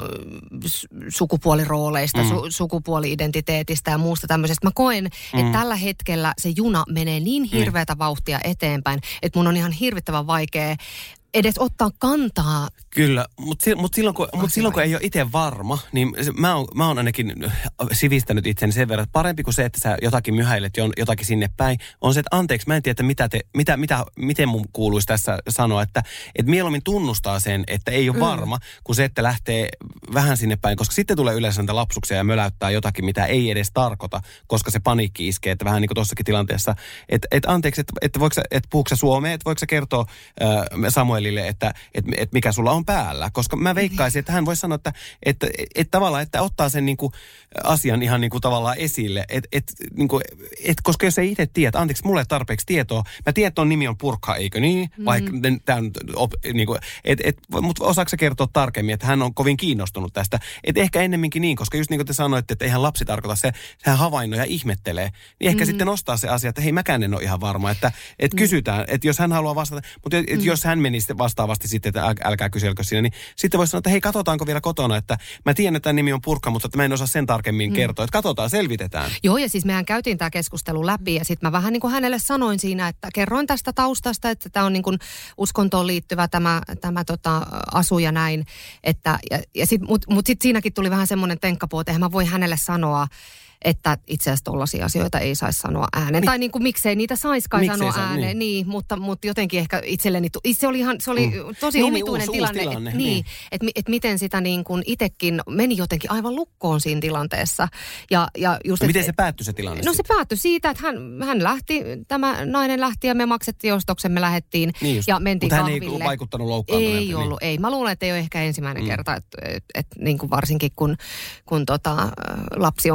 sukupuolirooleista, mm. su, sukupuoli-identiteetistä ja muusta tämmöisestä. Mä koen, mm. että tällä hetkellä se juna menee niin hirveätä mm. vauhtia eteenpäin, että mun on ihan hirvittävän vaikea edes ottaa kantaa. Kyllä, mutta mut silloin, kun, mut silloin kun ei ole itse varma, niin mä oon, mä oon ainakin sivistänyt itseni sen verran, että parempi kuin se, että sä jotakin myhäilet jotakin sinne päin, on se, että anteeksi, mä en tiedä, että mitä te, mitä, mitä, miten mun kuuluisi tässä sanoa, että, että mieluummin tunnustaa sen, että ei ole varma, mm. kuin se, että lähtee vähän sinne päin, koska sitten tulee yleensä näitä lapsuksia ja möläyttää jotakin, mitä ei edes tarkoita, koska se paniikki iskee, että vähän niin kuin tossakin tilanteessa, että, että anteeksi, että, että, voiko sä, että puhuuko sä suomea, että voiko sä kertoa äh, Samuelille, että, että, että mikä sulla on päällä, koska mä veikkaisin, että hän voisi sanoa, että, että, että, että tavallaan, että ottaa sen niin kuin asian ihan niin kuin tavallaan esille, että, että, niin kuin, että koska jos ei itse tiedä, anteeksi, mulle ei tarpeeksi tietoa, mä tiedän, että on nimi on Purkha, eikö niin, mm-hmm. vaikka tämän, niin kuin, et, et, mutta osaako sä kertoa tarkemmin, että hän on kovin kiinnostunut tästä, että ehkä ennemminkin niin, koska just niin kuin te sanoitte, että eihän lapsi tarkoita se, sehän havainnoi ja ihmettelee, niin ehkä mm-hmm. sitten nostaa se asia, että hei, mäkään en ole ihan varma, että, että kysytään, että jos hän haluaa vastata, mutta mm-hmm. jos hän meni sitten vastaavasti sitten, että älkää kyselkö siinä, niin sitten voisi sanoa, että hei, katsotaanko vielä kotona, että mä tiedän, että tämä nimi on Purkha, mutta että mä en osaa sen tarkemmin mm. kertoa, että katsotaan, selvitetään. Joo, ja siis mehän käytiin tämä keskustelu läpi, ja sitten mä vähän niin kuin hänelle sanoin siinä, että kerroin tästä taustasta, että tämä on niin kuin uskontoon liittyvä tämä, tämä tota, asu ja näin, että, ja, ja sit, mutta mut sitten siinäkin tuli vähän semmoinen tenkkapuu, että eihän mä voi hänelle sanoa, että itse asiassa tollaisia asioita ei saisi sanoa ääneen. Mi- tai niin kuin miksei niitä saiskaan miksei sanoa ääneen, niin, niin mutta, mutta jotenkin ehkä itselleni, se oli ihan, se oli mm. tosi niin, omituinen uusi, tilanne. Uusi tilanne. Et, niin, että et miten sitä niin kuin itsekin meni jotenkin aivan lukkoon siinä tilanteessa. Ja, ja just, no, et, miten se päättyi se tilanne? No se päättyi siitä, että hän, hän lähti, tämä nainen lähti ja me maksettiin ostoksen, me lähdettiin niin ja mentiin kahville. Mutta hän ei vaikuttanut loukkaantuneelta. Ei ollut, niin. ei. Mä luulen, että ei ole ehkä ensimmäinen mm. kerta, että et, et, niin kuin varsinkin kun, kun tota, lapsi on kyseessä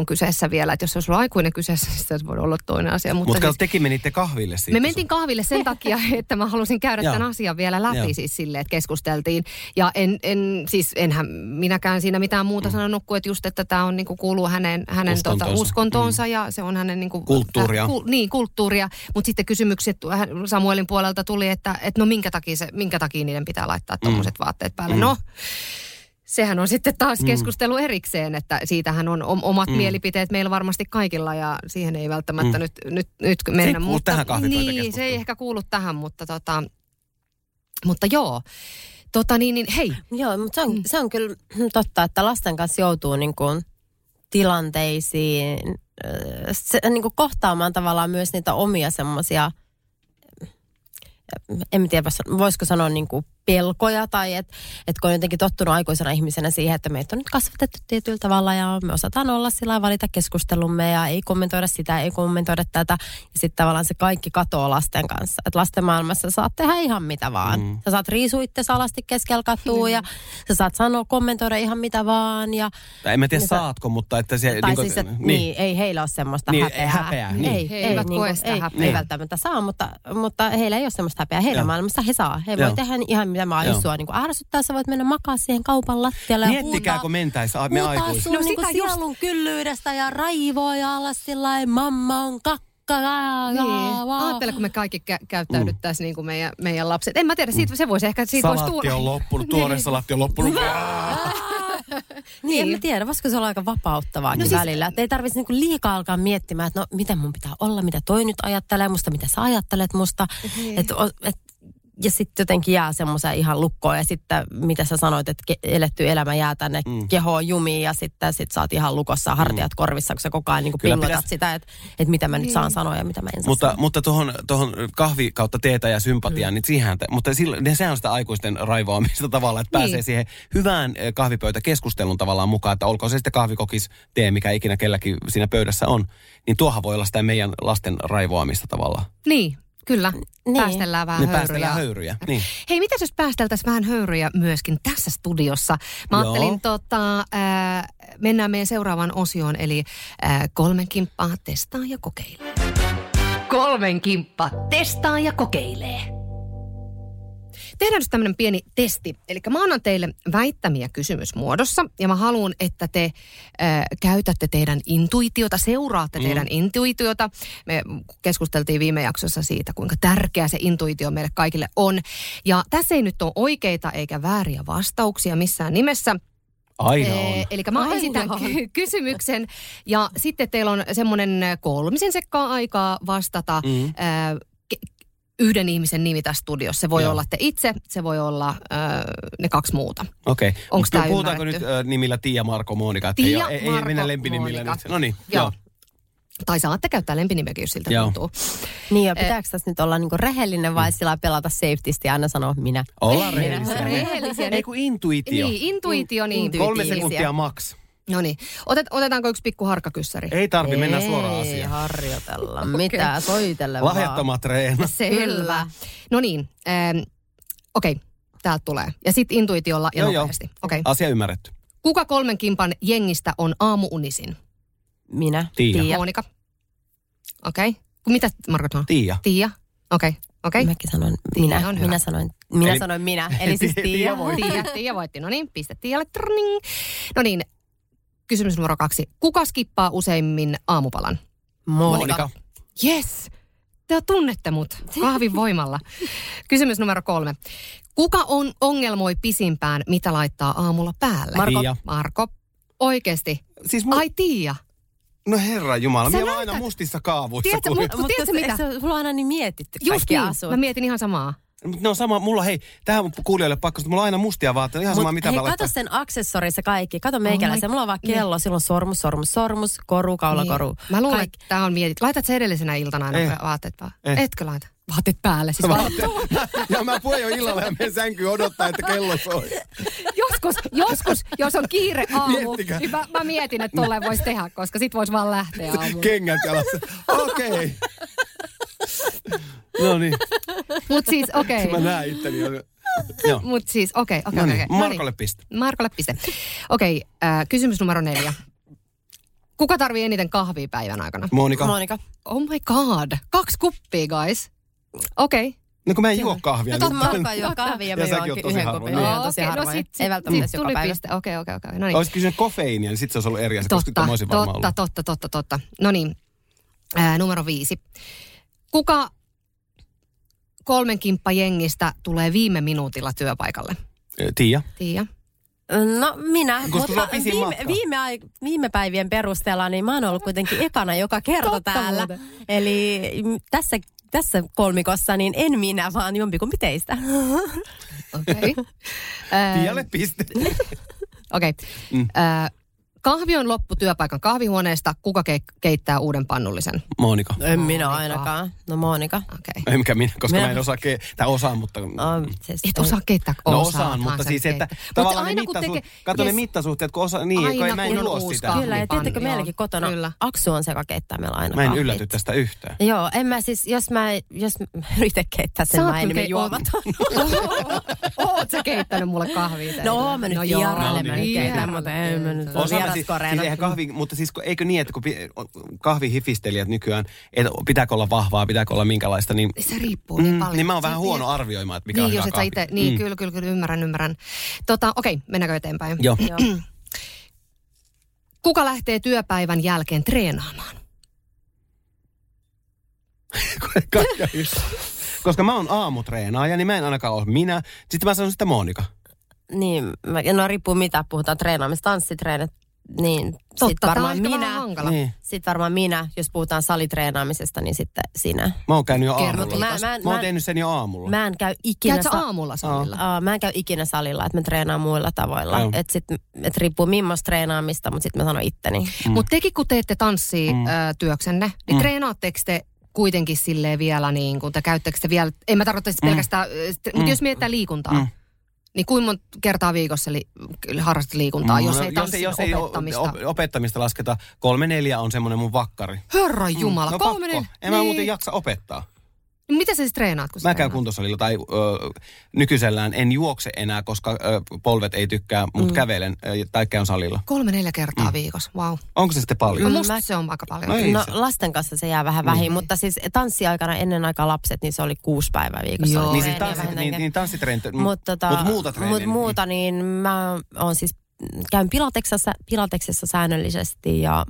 vielä, että jos se olisi ollut aikuinen kyseessä, niin se olisi voinut olla toinen asia. Mutta Mut siis, tekin menitte kahville siitä. me mentiin kahville sen takia, että mä halusin käydä tämän asian vielä läpi Joo. siis silleen, että keskusteltiin. Ja en, en, siis enhän minäkään siinä mitään muuta mm. sanonut kuin, että just, että tämä on, niin kuin, kuuluu hänen, hänen uskontonsa, tota, uskontonsa mm. ja se on hänen niin kuin, kulttuuria. Äh, ku, niin, kulttuuria. Mutta sitten kysymykset Samuelin puolelta tuli, että, että no minkä takia, se, minkä takia niiden pitää laittaa tommoset mm. vaatteet päälle. Mm. No, sehän on sitten taas keskustelu mm. erikseen, että siitähän on omat mm. mielipiteet meillä varmasti kaikilla ja siihen ei välttämättä mm. nyt, nyt, nyt mennä. Se ei kuulu mutta, tähän kahvipöytäkeskusteluun. Niin, se ei ehkä kuulu tähän, mutta, tota, mutta joo. Tota niin, niin hei. Joo, mutta se on, se on kyllä totta, että lasten kanssa joutuu niin kuin tilanteisiin se, niin kuin kohtaamaan tavallaan myös niitä omia semmoisia, en tiedä, voisiko sanoa niin kuin pelkoja tai että et kun on jotenkin tottunut aikuisena ihmisenä siihen, että meitä on nyt kasvatettu tietyllä tavalla ja me osataan olla sillä lailla valita keskustelumme ja ei kommentoida sitä, ei kommentoida tätä. Ja sitten tavallaan se kaikki katoaa lasten kanssa. Että lasten maailmassa saat tehdä ihan mitä vaan. Mm. Sä saat riisua itse alasti keskellä katua ja sä saat sanoa, kommentoida ihan mitä vaan. Ja, en mä tiedä saatko, sä, mutta että se... Tai niin, siis, että, niin. niin, ei heillä ole semmoista niin, häpeää. häpeää niin. Ei, ei, eivät niin, koe sitä ei, häpeää. ei välttämättä saa, mutta, mutta heillä ei ole semmoista häpeää. Heillä maailmassa he saa. He voi tehdä ihan mitä mä jos sua niin ärsyttää, sä voit mennä makaa siihen kaupan lattialle ja miettikää, kun mentäisiin me aikuiset. Sun no, niin sielun just... kyllyydestä ja raivoa ja alla sillain, mamma on kakka. Niin. Aattele, kun me kaikki kä- käyttäydyttäisiin mm. niin kuin meidän, meidän lapset. En mä tiedä, siitä, se voisi ehkä... Siitä salaatti voisi tulla. on loppunut, tuore salaatti on loppunut. Niin, en mä tiedä, voisiko se olla aika vapauttavaakin no siis, välillä. Että ei tarvitse niinku liikaa alkaa miettimään, että no mitä mun pitää olla, mitä toi nyt ajattelee musta, mitä sä ajattelet musta. Mm. Että et, ja sitten jotenkin jää semmoisen ihan lukkoon ja sitten mitä sä sanoit, että ke- eletty elämä jää tänne mm. kehoon jumiin ja sitten sit sä oot ihan lukossa hartiat mm. korvissa, kun sä koko ajan niin pingotat pitäisi... sitä, että et mitä mä nyt saan sanoa ja mitä mä en saa mutta, sanoa. Mutta tuohon tohon kahvi kautta teetä ja sympatiaan, mm. niin siihen, mutta silloin, sehän on sitä aikuisten raivoamista tavallaan, että niin. pääsee siihen hyvään kahvipöytäkeskustelun tavallaan mukaan, että olkoon se sitten kahvikokis, tee, mikä ikinä kelläkin siinä pöydässä on, niin tuohan voi olla sitä meidän lasten raivoamista tavallaan. Niin. Kyllä, niin. päästellään vähän niin höyryjä. Päästellään höyryjä, niin. Hei, mitäs jos päästeltäisiin vähän höyryjä myöskin tässä studiossa? Mä Joo. ajattelin, tota, äh, mennään meidän seuraavaan osioon, eli äh, kolmen kimppaa testaa ja kokeilee. Kolmen kimppa testaa ja kokeilee. Tehdään nyt tämmöinen pieni testi. Eli mä annan teille väittämiä kysymysmuodossa ja mä haluan, että te äh, käytätte teidän intuitiota, seuraatte mm. teidän intuitiota. Me keskusteltiin viime jaksossa siitä, kuinka tärkeä se intuitio meille kaikille on. Ja tässä ei nyt ole oikeita eikä vääriä vastauksia missään nimessä. Aina on. Ee, eli mä Aina esitän on. kysymyksen ja sitten teillä on semmoinen kolmisen sekkaa aikaa vastata mm. äh, yhden ihmisen nimi tässä studiossa. Se voi Joo. olla te itse, se voi olla äh, ne kaksi muuta. Okei. Okay. Onko tämä puhutaanko nyt äh, nimillä Tiia, Marko, Monika? Tiia, ei, Marko, ei mennä lempinimillä nyt. No niin, joo. joo. Tai saatte käyttää lempinimiäkin, jos siltä tuntuu. Niin ja pitääkö tässä nyt olla niinku rehellinen vai mm. sillä pelata safetysti ja aina sanoa minä? Ollaan rehellisiä. rehellisiä. Ei kun intuitio. Niin, intuitio. Niin, kolme sekuntia maks. No niin. Otet, otetaanko yksi pikku harkkakyssäri? Ei tarvi, mennään suoraan asiaan. Ei harjoitella. okay. Mitä? Soitelle vaan. Lahjattomat reena. Selvä. No niin. Ähm, Okei, okay. Täältä tulee. Ja sitten intuitiolla ja joo, nopeasti. Okay. Asia ymmärretty. Kuka kolmen kimpan jengistä on aamuunisin? Minä. Tiia. Tiia. Monika. Okei. Okay. Mitä Marko sanoo? Tiia. Tiia. Okei. Okay. Okay. Mäkin sanoin minä. Minä sanoin, minä eli, sanoin minä. Eli siis Tiia. Tiia voitti. Tiia, Tiia voitti. No niin, piste Tialle. No niin. Kysymys numero kaksi. Kuka skippaa useimmin aamupalan? Monika. Yes. Te tunnette mut kahvin voimalla. Kysymys numero kolme. Kuka on ongelmoi pisimpään, mitä laittaa aamulla päälle? Marko. Tiia. Marko. Oikeesti? Siis mu- Ai Tiia. No herra jumala, minä olen aina mustissa kaavuissa. Tiedätkö, kun... mutta tiedätkö mitä? Sulla on aina niin mietitty Just kaikki niin. asut. Mä mietin ihan samaa. Ne on sama, mulla hei, tähän kuulijoille pakko, mulla on aina mustia vaatteita, ihan Mut sama mitä hei, mä laittaa. kato sen aksessorissa kaikki, kato meikäläisen, oh mulla on vaan kello, niin. Silloin sormus, sormus, sormus, koru, kaula, niin. koru. Mä luulen, että tää on mietit. Laitat sä edellisenä iltana aina eh. vaatteet vaan? Eh. Etkö laita? Vaatteet päälle, siis vaatteet. Ja mä puhun jo illalla ja menen sänkyyn odottaa, että kello soi. Joskus, joskus, jos on kiire aamu, Miettikää. niin mä, mä mietin, että tolleen voisi tehdä, koska sit vois vaan lähteä aamuun. Kengät jalassa. Okei. Okay. No niin. Mut siis okei. Okay. Mä näen itteni. Joo. Mut siis okei, okay, okei, okay, okei. Okay. Markolle piste. Markolle piste. Okei, okay, äh, kysymys numero neljä. Kuka tarvii eniten kahvia päivän aikana? Monika. Monika. Oh my god. Kaksi kuppia, guys. Okei. Okay. No kun mä en juo kahvia. No totta, mä alkaa juo kahvia ja mä juonkin yhden kupin. No, tosi okay, harvoin. no sit, Ei välttämättä sit joka tuli päivä. piste. Okei, okei, okei. No niin. Olisi kysynyt kofeiinia, niin sit se olisi ollut eri asia, totta, koska mä olisin varmaan totta, ollut. totta, totta, totta. No niin. Ää, numero viisi. Kuka kolmen kimppa jengistä tulee viime minuutilla työpaikalle? Tiia. Tiia. No minä, Koska mutta sulla on pisin viime, matka. viime, ai- viime päivien perusteella niin mä oon ollut kuitenkin ekana joka kerta Totta täällä. muuten. Eli m, tässä, tässä kolmikossa niin en minä, vaan jompikumpi teistä. Okei. Tiialle piste. Okei. Mm. Kahvi on loppu työpaikan kahvihuoneesta. Kuka ke- keittää uuden pannullisen? Monika. En minä Monika. ainakaan. No Monika. Okei. Ei mikä minä, koska Minä- mä en osaa, ke- tai osaan, mutta... Oh, siis, Et osaa keittää. No Osaathan osaan, mutta sä siis, että keittää. Mut tavallaan ne, aina kun mittasuhteet, teke- kato ne yes. mittasuhteet, kun osa, niin, kun Aina mä en kun on juo uusi sitä. kahvi. Kyllä, ja tiedättekö Joo, meilläkin kotona kyllä. Aksu on se, joka keittää meillä aina Mä en kahvit. ylläty tästä yhtään. Joo, en mä siis, jos mä, jos mä yritän keittää sen, Sä oot mä en kyllä nimi juomaton. Oot sä keittänyt mulle kahvia? No oon mä nyt joo, vieraille, mä nyt niin. keitän, mutta en mä nyt ole Osaan mä siis, siis vieraskoreena. eihän kahvi, mutta siis kun- eikö niin, että kun pi- kahvihifistelijät nykyään, että pitääkö olla vahvaa, pitääkö olla minkälaista, niin... Se riippuu niin paljon. Niin mä oon Se- vähän huono arvioimaan, että mikä niin, on jos hyvä et sä kahvi. ite, niin Mm. kyllä, kyllä, kyllä, ymmärrän, ymmärrän. Tota, okei, mennäänkö eteenpäin? Joo. Kuka lähtee työpäivän jälkeen treenaamaan? Koska mä oon aamutreenaaja, niin mä en ainakaan ole minä. Sitten mä sanon sitä Monika. Niin, mä, no riippuu mitä, puhutaan treenaamista, tanssitreenit, niin sit Totta, tää on varmaan ehkä vähän minä. hankala. Niin. Sitten varmaan minä, jos puhutaan salitreenaamisesta, niin sitten sinä. Mä oon käynyt jo Kerro aamulla. Mä- Mä, mä- mä, oon mä- tehnyt sen jo aamulla. Mä en käy ikinä... Käyt sä sa- aamulla salilla? Aa, mä en käy ikinä salilla, että mä treenaan muilla tavoilla. Joo. Että sit, et riippuu millaista treenaamista, mutta sitten mä sanon itteni. Mm. Mutta tekin kun teette tanssia mm. ö, työksenne, niin Mm. treenaatteko te kuitenkin silleen vielä niin kuin, te käyttekö te vielä, en mä tarkoita siis Mm. pelkästään, mm. mutta jos mietitään liikuntaa, Mm. niin kuinka monta kertaa viikossa li, harrastat liikuntaa, Mm, jos no, ei tanssin jos ei opettamista? op- opettamista lasketa, kolme neljä on semmoinen mun vakkari. Herra Jumala, no kolme pakko. nel- En mä niin. muuten jaksa opettaa. No, mitä sä siis treenaat, kun sä Mä käyn treenaat? kuntosalilla tai ö, nykyisellään en juokse enää, koska ö, polvet ei tykkää, mutta Mm. kävelen ö, tai käyn salilla. Kolme neljä kertaa Mm. viikossa, vau. Wow. Onko se sitten paljon? No musta mä- se on aika paljon. No ei No se. lasten kanssa se jää vähän vähin, Mm. mutta siis tanssiaikana ennen aikaa lapset, niin se oli kuusi päivää viikossa. Joo. Oli Niin siis treeniä tanssit, niin, vähintään. niin tanssitreenit, Mutta tota, mut muuta treeniä. mut muuta, niin mä oon siis, käyn pilateksessa, pilateksessa säännöllisesti ja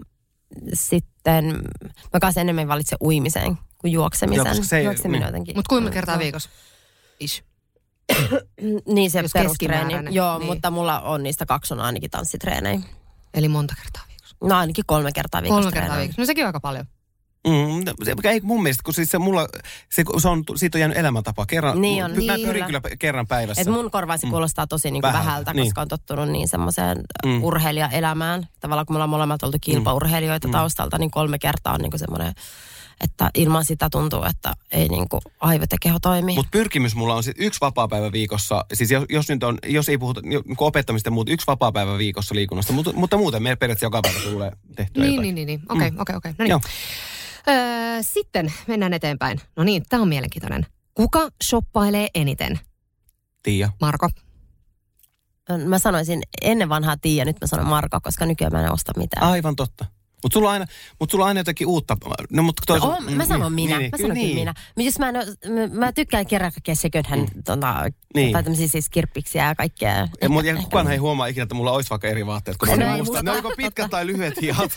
sitten mä kanssa enemmän valitsen uimiseen kuin juoksemisen. Joo, koska se ei- Juokseminen niin. jotenkin. Mutta kuinka kertaa viikossa? Ish. Niin se Jos perustreeni. keskimääräinen, Joo, niin. mutta mulla on niistä kaksi on ainakin tanssitreenejä. Eli monta kertaa viikossa. No ainakin kolme kertaa viikossa Kolme kertaa treenaan. viikossa. No sekin on aika paljon. Mm, se, ei mun mielestä, kun siis se mulla, se, se on, siitä on jäänyt elämäntapa. Kerran, Niin on. mä Niin, pyrin kyllä. kyllä kerran päivässä. Et mun korvaan se kuulostaa tosi niinku Vähältä, vähältä, niin. koska on tottunut niin semmoiseen Mm. mm. urheilijaelämään. Tavallaan kun me ollaan molemmat oltu kilpaurheilijoita Mm. taustalta, niin kolme kertaa on niinku semmoinen, että ilman sitä tuntuu, että ei niinku aivot ja keho toimi. Mutta pyrkimys mulla on sit yksi vapaapäivä viikossa, siis jos, jos nyt on, jos ei puhuta jo- niin opettamista ja muuta, yksi vapaapäivä viikossa liikunnasta, mutta, mutta muuten me periaatteessa joka päivä tulee tehtyä Niin, jotain. niin, niin, niin. Okei, Mm. okei, okei. No niin. Joo. Öö, sitten mennään eteenpäin. No niin, tämä on mielenkiintoinen. Kuka shoppailee eniten? Tiia. Marko. Mä sanoisin ennen vanhaa Tiia, nyt mä sanon Marko, koska nykyään mä en osta mitään. Aivan totta. Mutta sulla, on aina, mut sulla on aina jotakin uutta. No, mut No, toisaalta- on, mä sanon minä, Niin, mä kyllä sanon niin. minä. Mutta jos mä, en, oo- mä, mä tykkään kerran kaikkea second hand, mm. tota, Niin. tai tämmöisiä siis kirppiksiä ja kaikkea. Ja, mut, ja kukaan ei huomaa ikinä, että mulla olisi vaikka eri vaatteet, kun No ne ei on musta. musta. Ne on joko pitkät tai lyhyet hihat.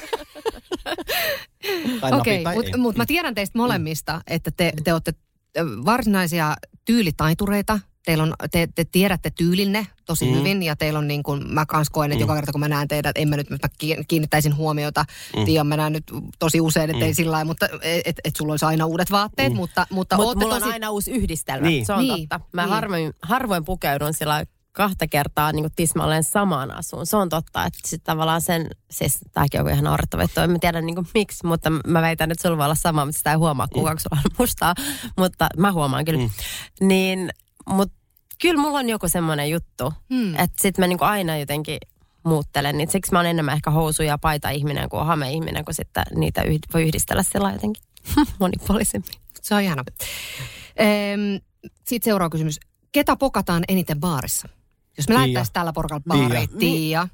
Tai Okei, napit, tai mutta ei. mut mä tiedän teistä molemmista, että te, te olette ö, varsinaisia tyylitaitureita. Teillä on, te, te tiedätte tyylinne tosi Mm. mm. hyvin ja teillä on niin kuin, mä kans koen, että Mm. joka kerta kun mä näen teidät, en mä nyt mä ki- kiinnittäisin huomiota. Mm. Tiedän, mä näen nyt tosi usein, että Mm. ei sillä lailla, mutta että et sulla olisi aina uudet vaatteet, Mm. mutta, mutta Mutta ootte mulla tosi... on aina uusi yhdistelmä, Niin. se on Niin, totta. Mä niin. harvoin, harvoin pukeudun sillä kahta kertaa niin tismalleen samaan asuun. Se on totta, että sit tavallaan sen, siis tämäkin on ihan naurettava, että en mä tiedä niin kuin miksi, mutta mä väitän, että sulla voi olla sama, mutta sitä ei huomaa kukaan, kun sulla on mustaa, mutta mä huomaan kyllä. Mm. Niin, mutta kyllä mulla on joku semmoinen juttu, Hmm. että sit mä niin kuin aina jotenkin muuttelen, niin siksi mä oon enemmän ehkä housu- ja paita-ihminen kuin hame-ihminen, kun sitten niitä yh- voi yhdistellä sillä jotenkin monipuolisemmin. Se on ihana. Ehm, Sitten seuraava kysymys. Ketä pokataan eniten baarissa? Jos me lähdettäisiin tällä porukalla baariin, Tiia.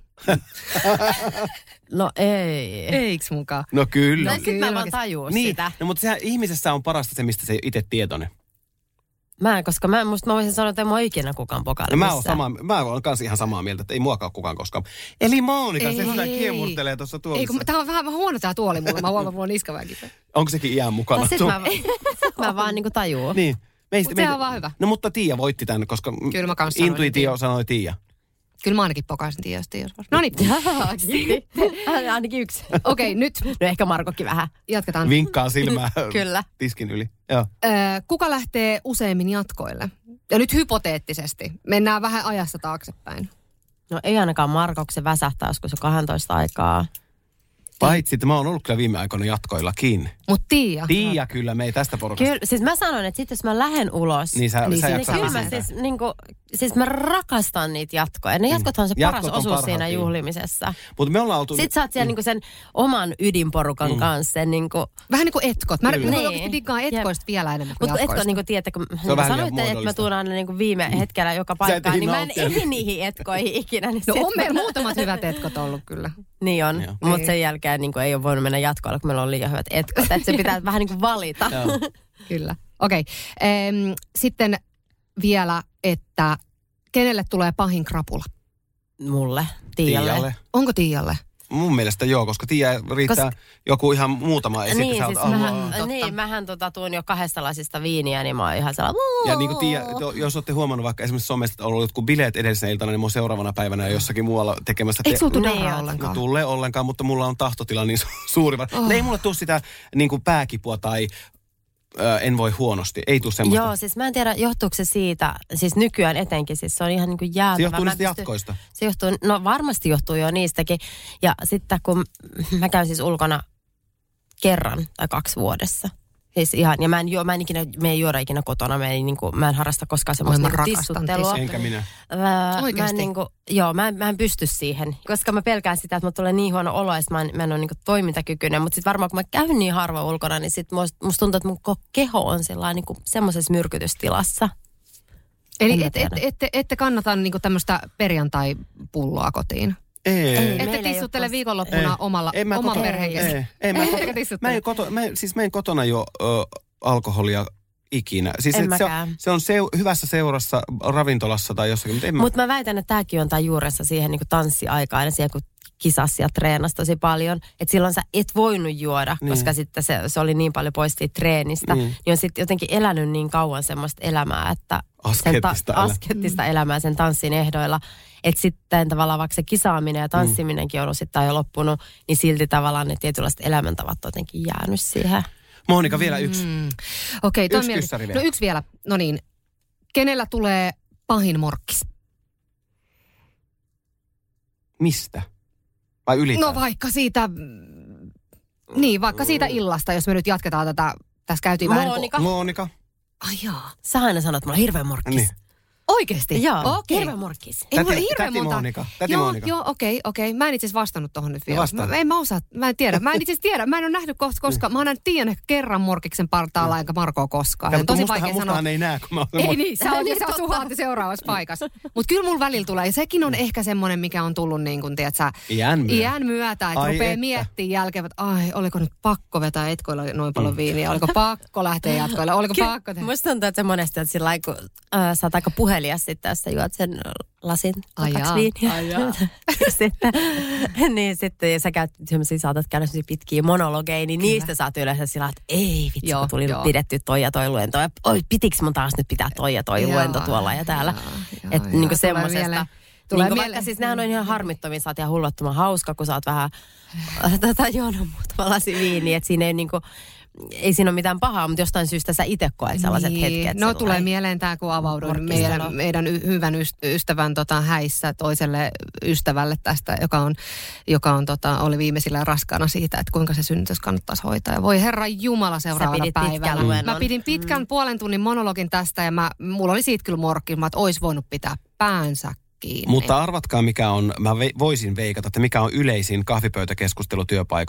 No ei. Eiks mukaan? No kyllä. No sit mä vaan tajuun niin. sitä. No mutta sehän ihmisessä on parasta se, mistä se itse tietoinen. Mä en, koska mä, musta mä voisin sanoa, että ei mua ikinä kukaan pokaile no, mä oon sama, mä oon kans ihan samaa mieltä, että ei muakaan kukaan koskaan. Eli Monika, ei, se sitä kiemurtelee tuossa tuolissa. Ei, kun tää on vähän huono tää tuoli mulla. Mä huomaan, mulla on niskaväänkin. Onko sekin iän mukana? No sit mä, sit mä vaan niinku tajuun. Niin. Mutta sehän on vaan hyvä. No mutta Tiia voitti tän, koska kyllä mä kans sanoin, intuitio sanoi Tiia. Kyllä mä ainakin pokaisin Tiia, jos Tiia No niin. Ainakin yksi. Okei, okay, nyt. No ehkä Markokin vähän. Jatketaan. Vinkkaa silmää kyllä. Tiskin yli. Joo. Öö, kuka lähtee useimmin jatkoille? Ja nyt hypoteettisesti. Mennään vähän ajassa taaksepäin. No ei ainakaan Marko, kun se väsähtää joskus jo kahdentoista aikaa. Paitsi, että mä oon ollut kyllä viime aikoina jatkoillakin. Mut Tiia. Tiia kyllä, me ei tästä porukasta. Kyllä, siis mä sanon, että sit jos mä lähden ulos. Niin sä, niin sä siis, kyllä mä siis, niin kuin, siis mä rakastan niitä jatkoja. Ne jatkothan on se paras on osuus siinä juhlimisessa. Mutta me ollaan oltu... Sitten sä oot siellä mm. niinku sen oman ydinporukan mm. kanssa. Sen niinku... Vähän niin kuin etkot. Mä niin. oikeasti diggaan etkoista vielä enemmän kuin jatkoista. Mutta etkot, niinku, tiedätkö, kun niin sanoitte, että mä tuun aina niinku viime hetkellä joka paikkaan, niin mä en ehdi niihin etkoihin ikinä. Niin no on meillä muutamat hyvät etkot ollut kyllä. Niin on, mutta sen jälkeen niinku ei ole voinut mennä jatkoilla, kun meillä on liian hyvät etkot. Että se pitää vähän niinku valita. Kyllä. Okei. Okay. Sitten vielä, että kenelle tulee pahin krapula? Mulle. Tiialle. Tiialle. Onko Tiialle? Mun mielestä joo, koska Tiia riittää koska... joku ihan muutama. Ja niin, siis oot, mähän, niin, mähän tota, tuun jo kahdesta lasista viiniä, niin mä oon ihan sellainen... Ja niin kuin Tiia, jos olette huomannut vaikka esimerkiksi somesta, että on ollut jotkut bileet edellisenä iltana, niin mä oon seuraavana päivänä jossakin muualla tekemässä... Eikö sulla tule te- ollenkaan? No tulee ollenkaan, mutta mulla on tahtotila niin suuri. Oh. Ei mulle tule sitä niin kuin pääkipua tai... Öö, en voi huonosti. Ei tule semmoista. Joo, siis mä en tiedä, johtuuko se siitä, siis nykyään etenkin, siis se on ihan niin kuin jäätävä. Se johtuu niistä jatkoista. Se johtuu, no varmasti johtuu jo niistäkin. Ja sitten kun mä käyn siis ulkona kerran tai kaksi vuodessa. Siis ihan, ja mä en, juo, mä en ikinä, me ei juoda ikinä kotona, mä en, niin kuin, mä en harrasta koskaan semmoista niin tissuttelua. Enkä minä. Mä, mä en, niin kuin, joo, mä en, mä en pysty siihen, koska mä pelkään sitä, että mulla tulee niin huono olo, että mä en, mä en ole niin kuin toimintakykyinen. Mutta sitten varmaan, kun mä käyn niin harva ulkona, niin sit musta, musta tuntuu, että mun koko keho on niin kuin semmoisessa myrkytystilassa. Eli ette et, et, et, ette kannata niin kuin tämmöistä perjantai-pulloa kotiin? Ei. ei ette tissuttele viikonloppuna ei. omalla, ei, oman perheen kesken? Ei, ei. Mä, mä, en koto, mä, siis mä en kotona jo ö, alkoholia ikinä. Siis en se, on, se on seu, hyvässä seurassa, ravintolassa tai jossakin. Mutta Mut mä väitän, että tämäkin on tää juurensa siihen niin tanssiaikaan ja siihen, kun kisasi ja treenasi tosi paljon. Että silloin sä et voinut juoda, niin. koska sitten se, se oli niin paljon pois siitä treenistä. Niin, niin on sitten jotenkin elänyt niin kauan semmoista elämää, että askettista, ta- askettista elämää sen tanssin ehdoilla. Että sitten tavallaan vaikka se kisaaminen ja tanssiminenkin on osittain jo loppunut, niin silti tavallaan ne tietynlaiset elämäntavat on jotenkin jäänyt siihen. Monika, vielä yksi. Mm. Okei, okay, yksi kyssäri vielä. No yksi vielä. No niin, kenellä tulee pahin morkkis? Mistä? Vai ylipäätään? No vaikka siitä, niin vaikka siitä illasta, jos me nyt jatketaan tätä, tässä käytiin Monika. vähän... Monika. Monika. Ai jaa. Sä aina sanot, että mulla on hirveä morkkis. Niin. Oikeesti? Joo, okay. hirveä morkkis. Ei mulla hirveä täti monta. Monika. Täti joo, Monika. joo, okei, okay, okei. Okay. Mä en itse asiassa vastannut tohon nyt vielä. Mä, en mä osaa, mä en tiedä. Mä en itse asiassa tiedä. Mä en ole nähnyt koska, koska mä oon nähnyt Tiian ehkä kerran morkiksen partaalla, enkä Markoa koskaan. Ja, tosi vaikea sanoa. Mustahan ei näe, kun mä olen... Ei niin, sä oot suhaatti seuraavassa paikassa. Mutta kyllä mulla välillä tulee. Ja sekin on ehkä semmoinen, mikä on tullut niin kuin, tiedätkö, iän myötä. Iän myötä, että rupeaa miettimään jälkeen, että ai, oliko nyt pakko vetää etkoilla noin paljon viiniä? Oliko pakko lähteä jatkoilla? Oliko Kyllä, pakko tehdä? Musta tuntuu, että se monesti on sillä lailla, kun äh, sä oot aika puhelias sitten, jos sä juot sen lasin ai kaksi jaa, viiniä. ai jaa. sitten, niin sitten, ja sä käyt semmoisia, saatat käydä semmoisia pitkiä monologeja, niin Kyllä. niistä saat yleensä sillä että ei vitsi, joo, kun tuli joo. pidetty toi ja toi luento. Ja oi, pitiks mun taas nyt pitää toi ja toi luento tuolla ja täällä. Että niinku semmoisesta. Tulee niin vaikka siis nehän on ihan harmittomia, sä oot ihan hullottoman hauska, kun sä oot vähän tätä juonut muutama lasi viiniä, että siinä ei niinku, ei siinä ole mitään pahaa, mutta jostain syystä sä itse koet sellaiset niin. hetket. No tulee ei... mieleen tämä, kun avauduin meidän, meidän y- hyvän ystävän tota, häissä toiselle ystävälle tästä, joka on, joka on tota, oli viimeisillä raskaana siitä, että kuinka se synnytys kannattaisi hoitaa. Ja voi herra Jumala seuraavana päivänä. Mä pidin pitkän mm. puolen tunnin monologin tästä ja mä, mulla oli siitä kyllä morkki, että olisi voinut pitää päänsä kiinni. Mutta arvatkaa mikä on, mä ve, voisin veikata, että mikä on yleisin kahvipöytäkeskustelu työpaikoilla.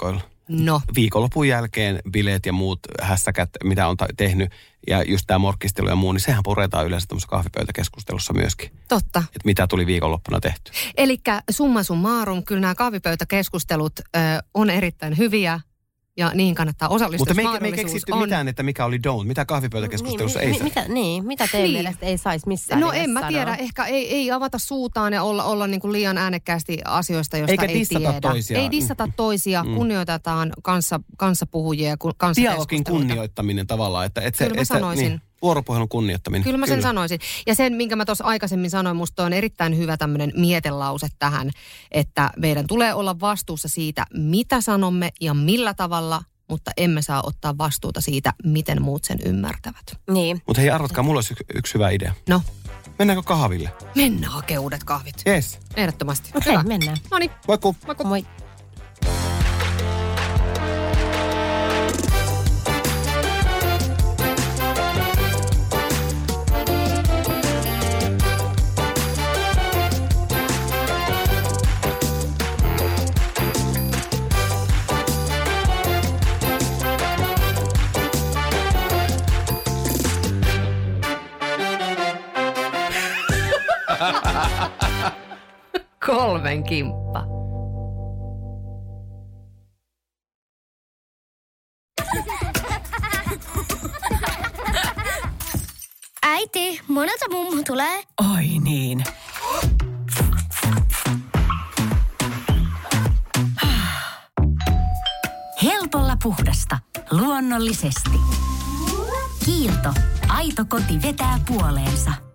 No. Viikonlopun jälkeen bileet ja muut hässäkät, mitä on ta- tehnyt, ja just tämä morkkistelu ja muu, niin sehän puretaan yleensä tämmöisessä kahvipöytäkeskustelussa myöskin. Totta. Että mitä tuli viikonloppuna tehty. Elikkä summa summarum, kyllä nämä kahvipöytäkeskustelut ö, on erittäin hyviä. Ja niihin kannattaa osallistua. Mutta me ei, me ei keksitty on. mitään, että mikä oli don't. Mitä kahvipöytäkeskustelussa niin, ei mi, saa. Mitä, niin, mitä teidän niin. mielestä ei saisi missään No en mä tiedä. Sanoa. Ehkä ei, ei avata suutaan ja olla, olla niin kuin liian äänekkäästi asioista, joista Eikä ei dissata tiedä. toisia. Ei dissata toisia. Mm. Kunnioitetaan kanssa, kanssapuhujia ja kanssakeskusteluita. Dialogin kunnioittaminen tavallaan. Että, että Kyllä mä että, sanoisin. Niin, vuoropuhelun kunnioittaminen. Kyllä mä sen Kyllä. sanoisin. Ja sen, minkä mä tuossa aikaisemmin sanoin, musta on erittäin hyvä tämmöinen mietelause tähän, että meidän tulee olla vastuussa siitä, mitä sanomme ja millä tavalla, mutta emme saa ottaa vastuuta siitä, miten muut sen ymmärtävät. Niin. Mutta hei, arvatkaa, mulla olisi yksi, yksi hyvä idea. No? Mennäänkö kahville? Mennään hakee uudet kahvit. Yes. Ehdottomasti. Okei, okay, mennään. Noniin. Moikku. Moikku. Moi. Kolmen kimppa. Äiti, monelta mummu tulee? Oi niin. Helpolla puhdasta. Luonnollisesti. Kiilto. Aito koti vetää puoleensa.